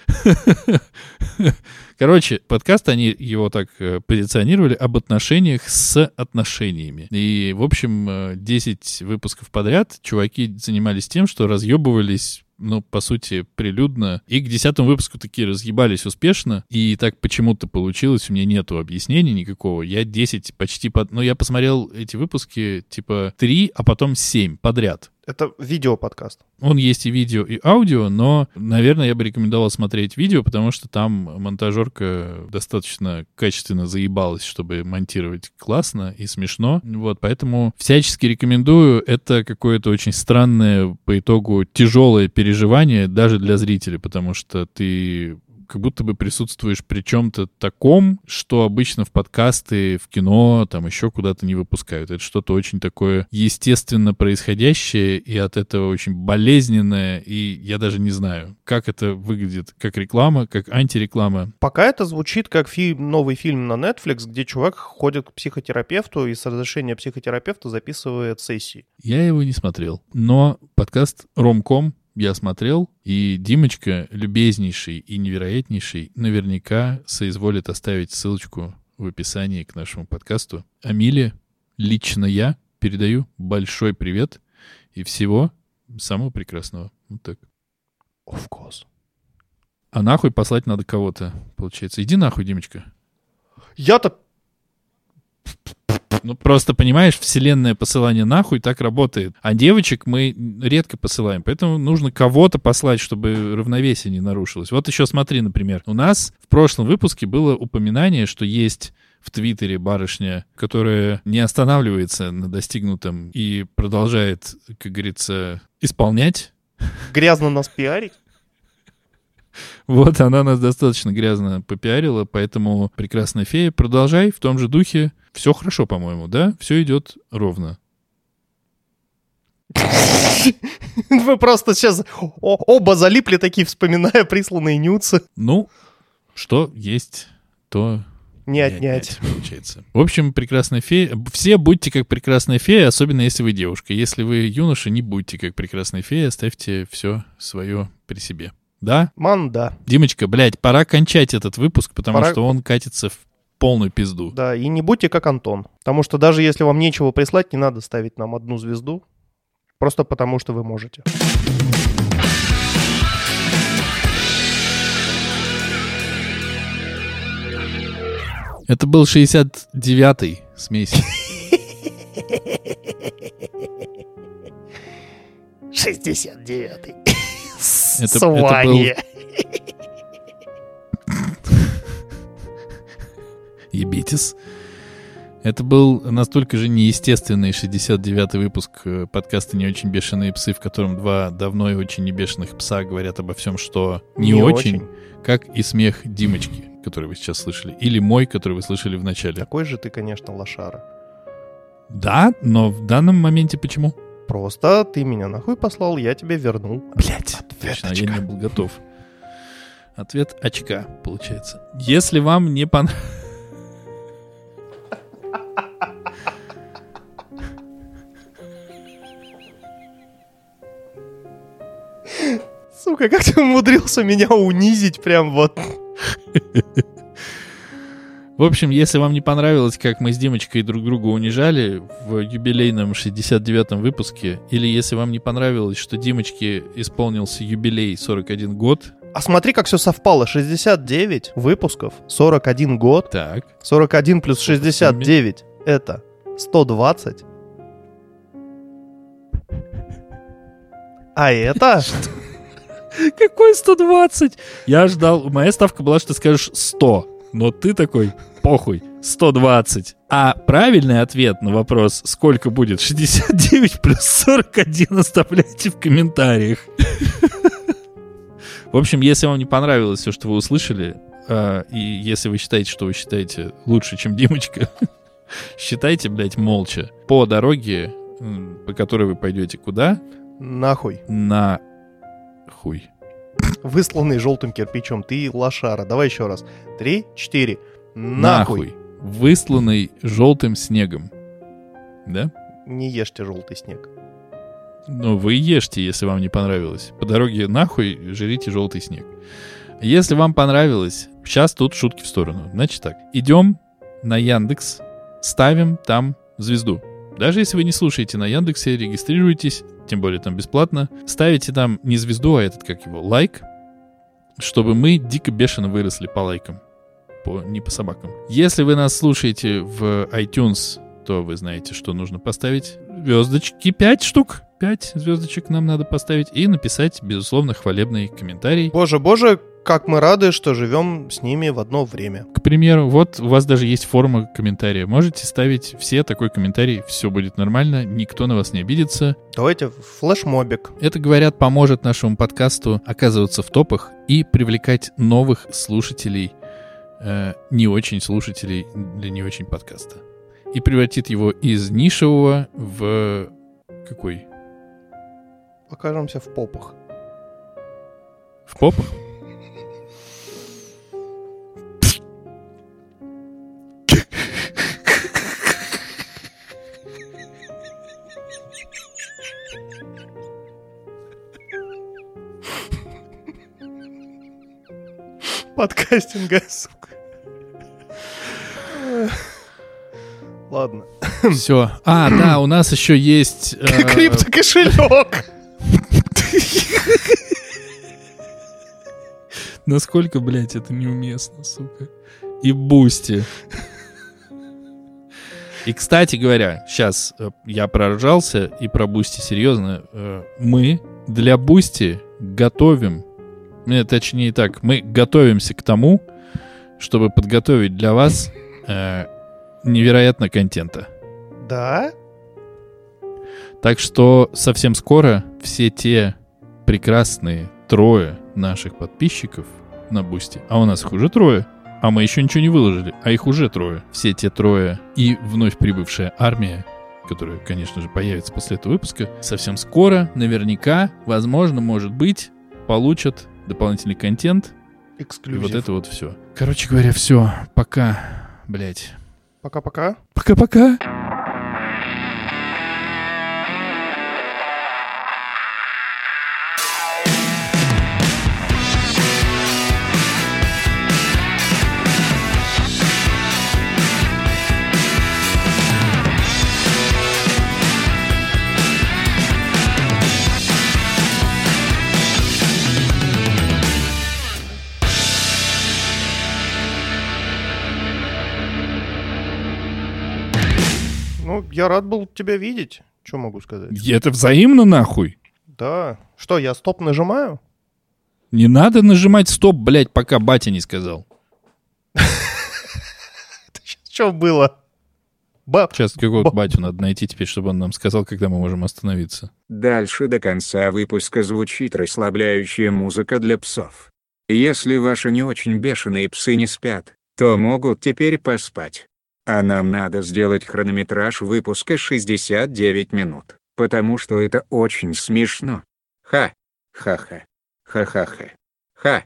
Короче, подкаст, они его так позиционировали об отношениях с отношениями. И, в общем, 10 выпусков подряд чуваки занимались тем, что разъебывались, ну, по сути, прилюдно. И к 10-му выпуску такие разъебались успешно. И так почему-то получилось, у меня нету объяснений никакого. Я 10 почти... Ну, я посмотрел эти выпуски, типа, 3, а потом 7 подряд. Это видео-подкаст. Он есть и видео, и аудио, но, наверное, я бы рекомендовал смотреть видео, потому что там монтажерка достаточно качественно заебалась, чтобы монтировать классно и смешно. Вот, поэтому всячески рекомендую. Это какое-то очень странное, по итогу, тяжелое переживание даже для зрителя, потому что ты как будто бы присутствуешь при чем-то таком, что обычно в подкасты, в кино, там еще куда-то не выпускают. Это что-то очень такое естественно происходящее, и от этого очень болезненное, и я даже не знаю, как это выглядит, как реклама, как антиреклама. Пока это звучит как новый фильм на Netflix, где чувак ходит к психотерапевту и с разрешения психотерапевта записывает сессии. Я его не смотрел, но подкаст «Ромком» я смотрел, и Димочка, любезнейший и невероятнейший, наверняка соизволит оставить ссылочку в описании к нашему подкасту. Амиле, лично я передаю большой привет и всего самого прекрасного. Вот так. Of course. А нахуй послать надо кого-то, получается. Иди нахуй, Димочка. Я-то... Ну, просто, понимаешь, вселенная посылание нахуй так работает. А девочек мы редко посылаем, поэтому нужно кого-то послать, чтобы равновесие не нарушилось. Вот еще смотри, например, у нас в прошлом выпуске было упоминание, что есть в Твиттере барышня, которая не останавливается на достигнутом и продолжает, как говорится, исполнять. Грязно нас пиарить. Вот она нас достаточно грязно попиарила, поэтому, прекрасная фея, продолжай в том же духе. Все хорошо, по-моему, да? Все идет ровно. Вы просто сейчас оба залипли такие, вспоминая присланные нюцы. Ну, что есть, то... Не отнять. Получается. В общем, прекрасная фея. Все будьте как прекрасная фея, особенно если вы девушка. Если вы юноша, не будьте как прекрасная фея, оставьте все свое при себе. Да? Да. Димочка, блядь, пора кончать этот выпуск, потому что он катится в полную пизду. Да, и не будьте как Антон. Потому что даже если вам нечего прислать, не надо ставить нам 1 звезду. Просто потому что вы можете. Это был 69-й смесь. 69-й. Сванье. Ебитесь. Это был настолько же неестественный 69-й выпуск подкаста «Не очень бешеные псы», в котором 2 давно и очень небешеных пса говорят обо всем, что не очень, как и смех Димочки, который вы сейчас слышали, или мой, который вы слышали в начале. Такой же ты, конечно, лошара. Да, но в данном моменте почему? Просто ты меня нахуй послал, я тебе вернул. Блять, точно, я не был готов. Ответ очка, получается. Если вам не понравилось... Сука, как ты умудрился меня унизить прям вот. В общем, если вам не понравилось, как мы с Димочкой друг друга унижали в юбилейном 69-м выпуске, или если вам не понравилось, что Димочке исполнился юбилей 41 год... А смотри, как все совпало. 69 выпусков, 41 год. Так. 41 плюс 69 — это 120. А это... Какой 120? Я ждал... Моя ставка была, что ты скажешь 100. Но ты такой, похуй, 120. А правильный ответ на вопрос, сколько будет 69 плюс 41, оставляйте в комментариях. В общем, если вам не понравилось все, что вы услышали, и если вы считаете, что вы считаете лучше, чем Димочка, считайте, блядь, молча. По дороге, по которой вы пойдете куда? Нахуй. На хуй. Высланный желтым кирпичом. Ты лошара. Давай еще раз. 3, 4. Нахуй. Высланный желтым снегом. Да? Не ешьте желтый снег. Ну, вы ешьте, если вам не понравилось. По дороге нахуй жрите желтый снег. Если вам понравилось, сейчас тут шутки в сторону. Значит так, идем на Яндекс, ставим там звезду. Даже если вы не слушаете на Яндексе, регистрируйтесь, тем более там бесплатно. Ставите там не звезду, а этот, как его, лайк, чтобы мы дико бешено выросли по лайкам, не по собакам. Если вы нас слушаете в iTunes, то вы знаете, что нужно поставить звездочки, 5 штук. 5 звездочек нам надо поставить и написать, безусловно, хвалебный комментарий. Боже, как мы рады, что живем с ними в одно время. К примеру, вот у вас даже есть форма комментария. Можете ставить все такой комментарий, все будет нормально, никто на вас не обидится. Давайте флешмобик. Это, говорят, поможет нашему подкасту оказываться в топах и привлекать новых слушателей, не очень слушателей для не очень подкаста. И превратит его из нишевого в... какой? Окажемся в попах. В попах? Подкастинга, сука. Ладно. Все. Да, у нас еще есть... Криптокошелек. Насколько, блядь, это неуместно, сука. И Бусти. И, кстати говоря, сейчас я проржался, и про Бусти серьезно. Мы для Бусти готовим, точнее так, мы готовимся к тому, чтобы подготовить для вас невероятно контента. Да? Так что совсем скоро все те прекрасные 3 наших подписчиков на Бусти, а у нас их уже 3, а мы еще ничего не выложили, а их уже 3. Все те 3 и вновь прибывшая армия, которая, конечно же, появится после этого выпуска, совсем скоро, наверняка, возможно, может быть, получат дополнительный контент. Эксклюзив. И вот это вот все. Короче говоря, все. Пока, блять. Пока-пока. Пока-пока. Ну, я рад был тебя видеть. Что могу сказать? Это взаимно нахуй. Да. Что, я стоп нажимаю? Не надо нажимать стоп, блядь, пока батя не сказал. Что было? Сейчас какого-то батю надо найти теперь, чтобы он нам сказал, когда мы можем остановиться. Дальше до конца выпуска звучит расслабляющая музыка для псов. Если ваши не очень бешеные псы не спят, то могут теперь поспать. А нам надо сделать хронометраж выпуска 69 минут, потому что это очень смешно. Ха. Ха-ха. Ха-ха-ха. Ха.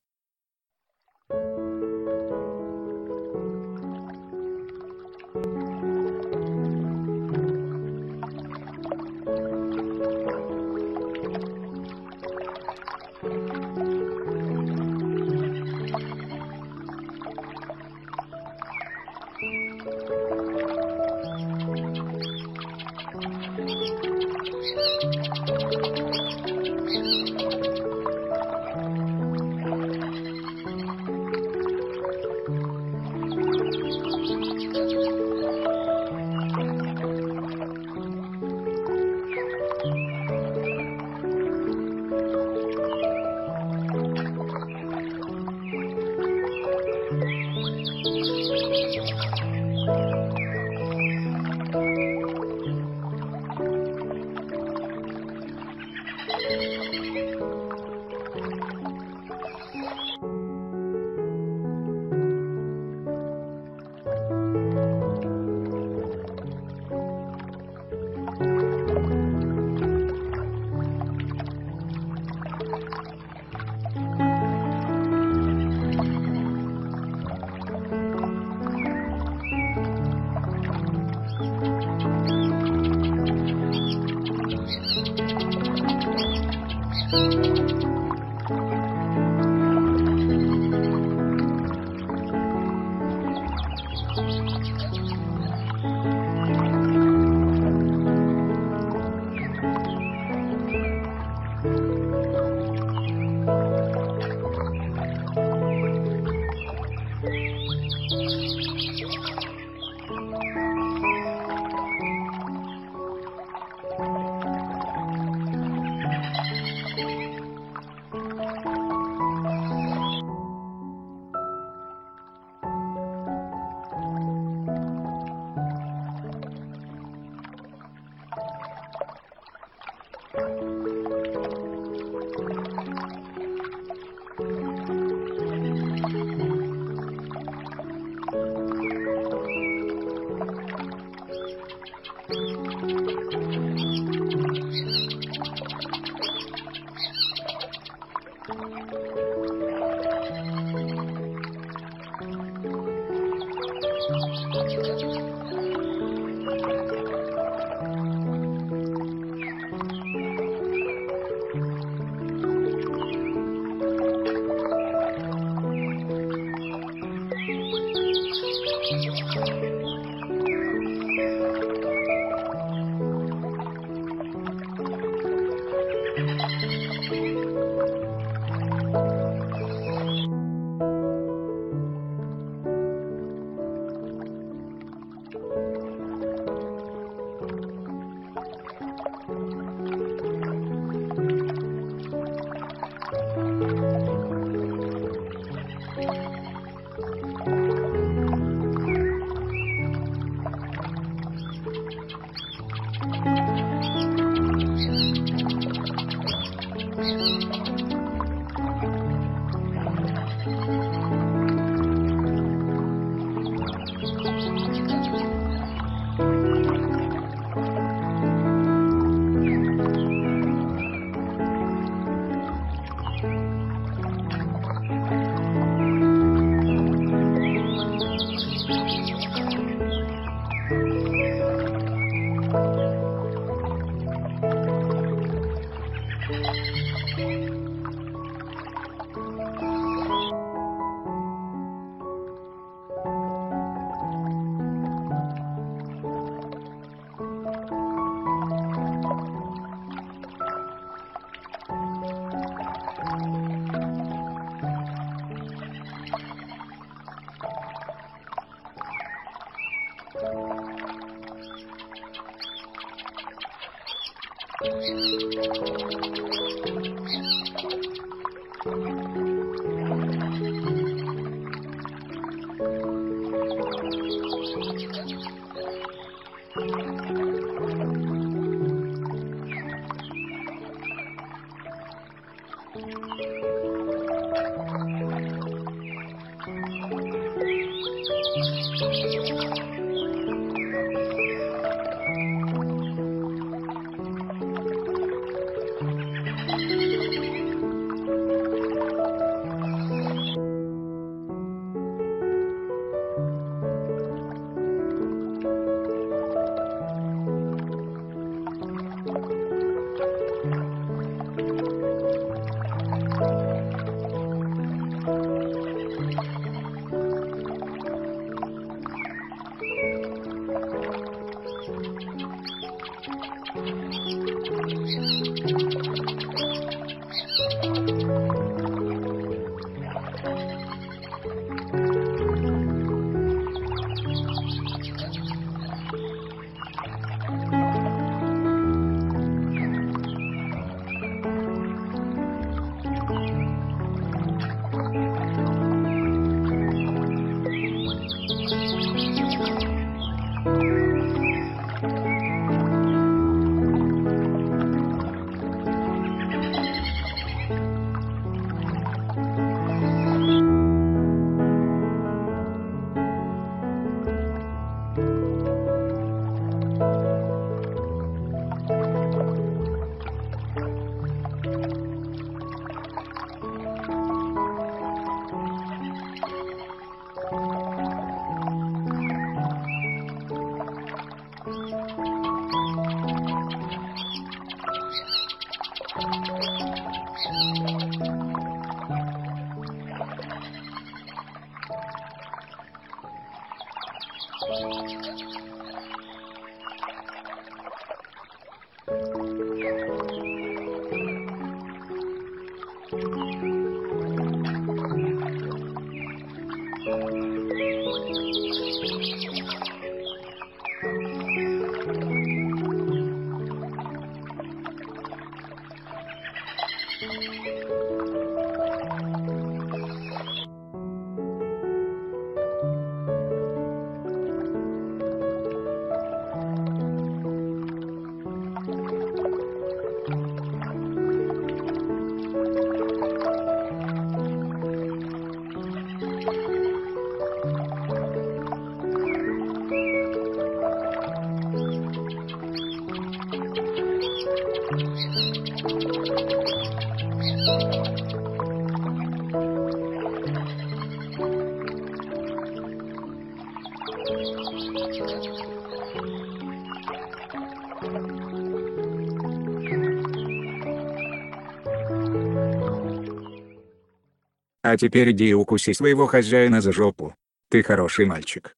А теперь иди и укуси своего хозяина за жопу. Ты хороший мальчик.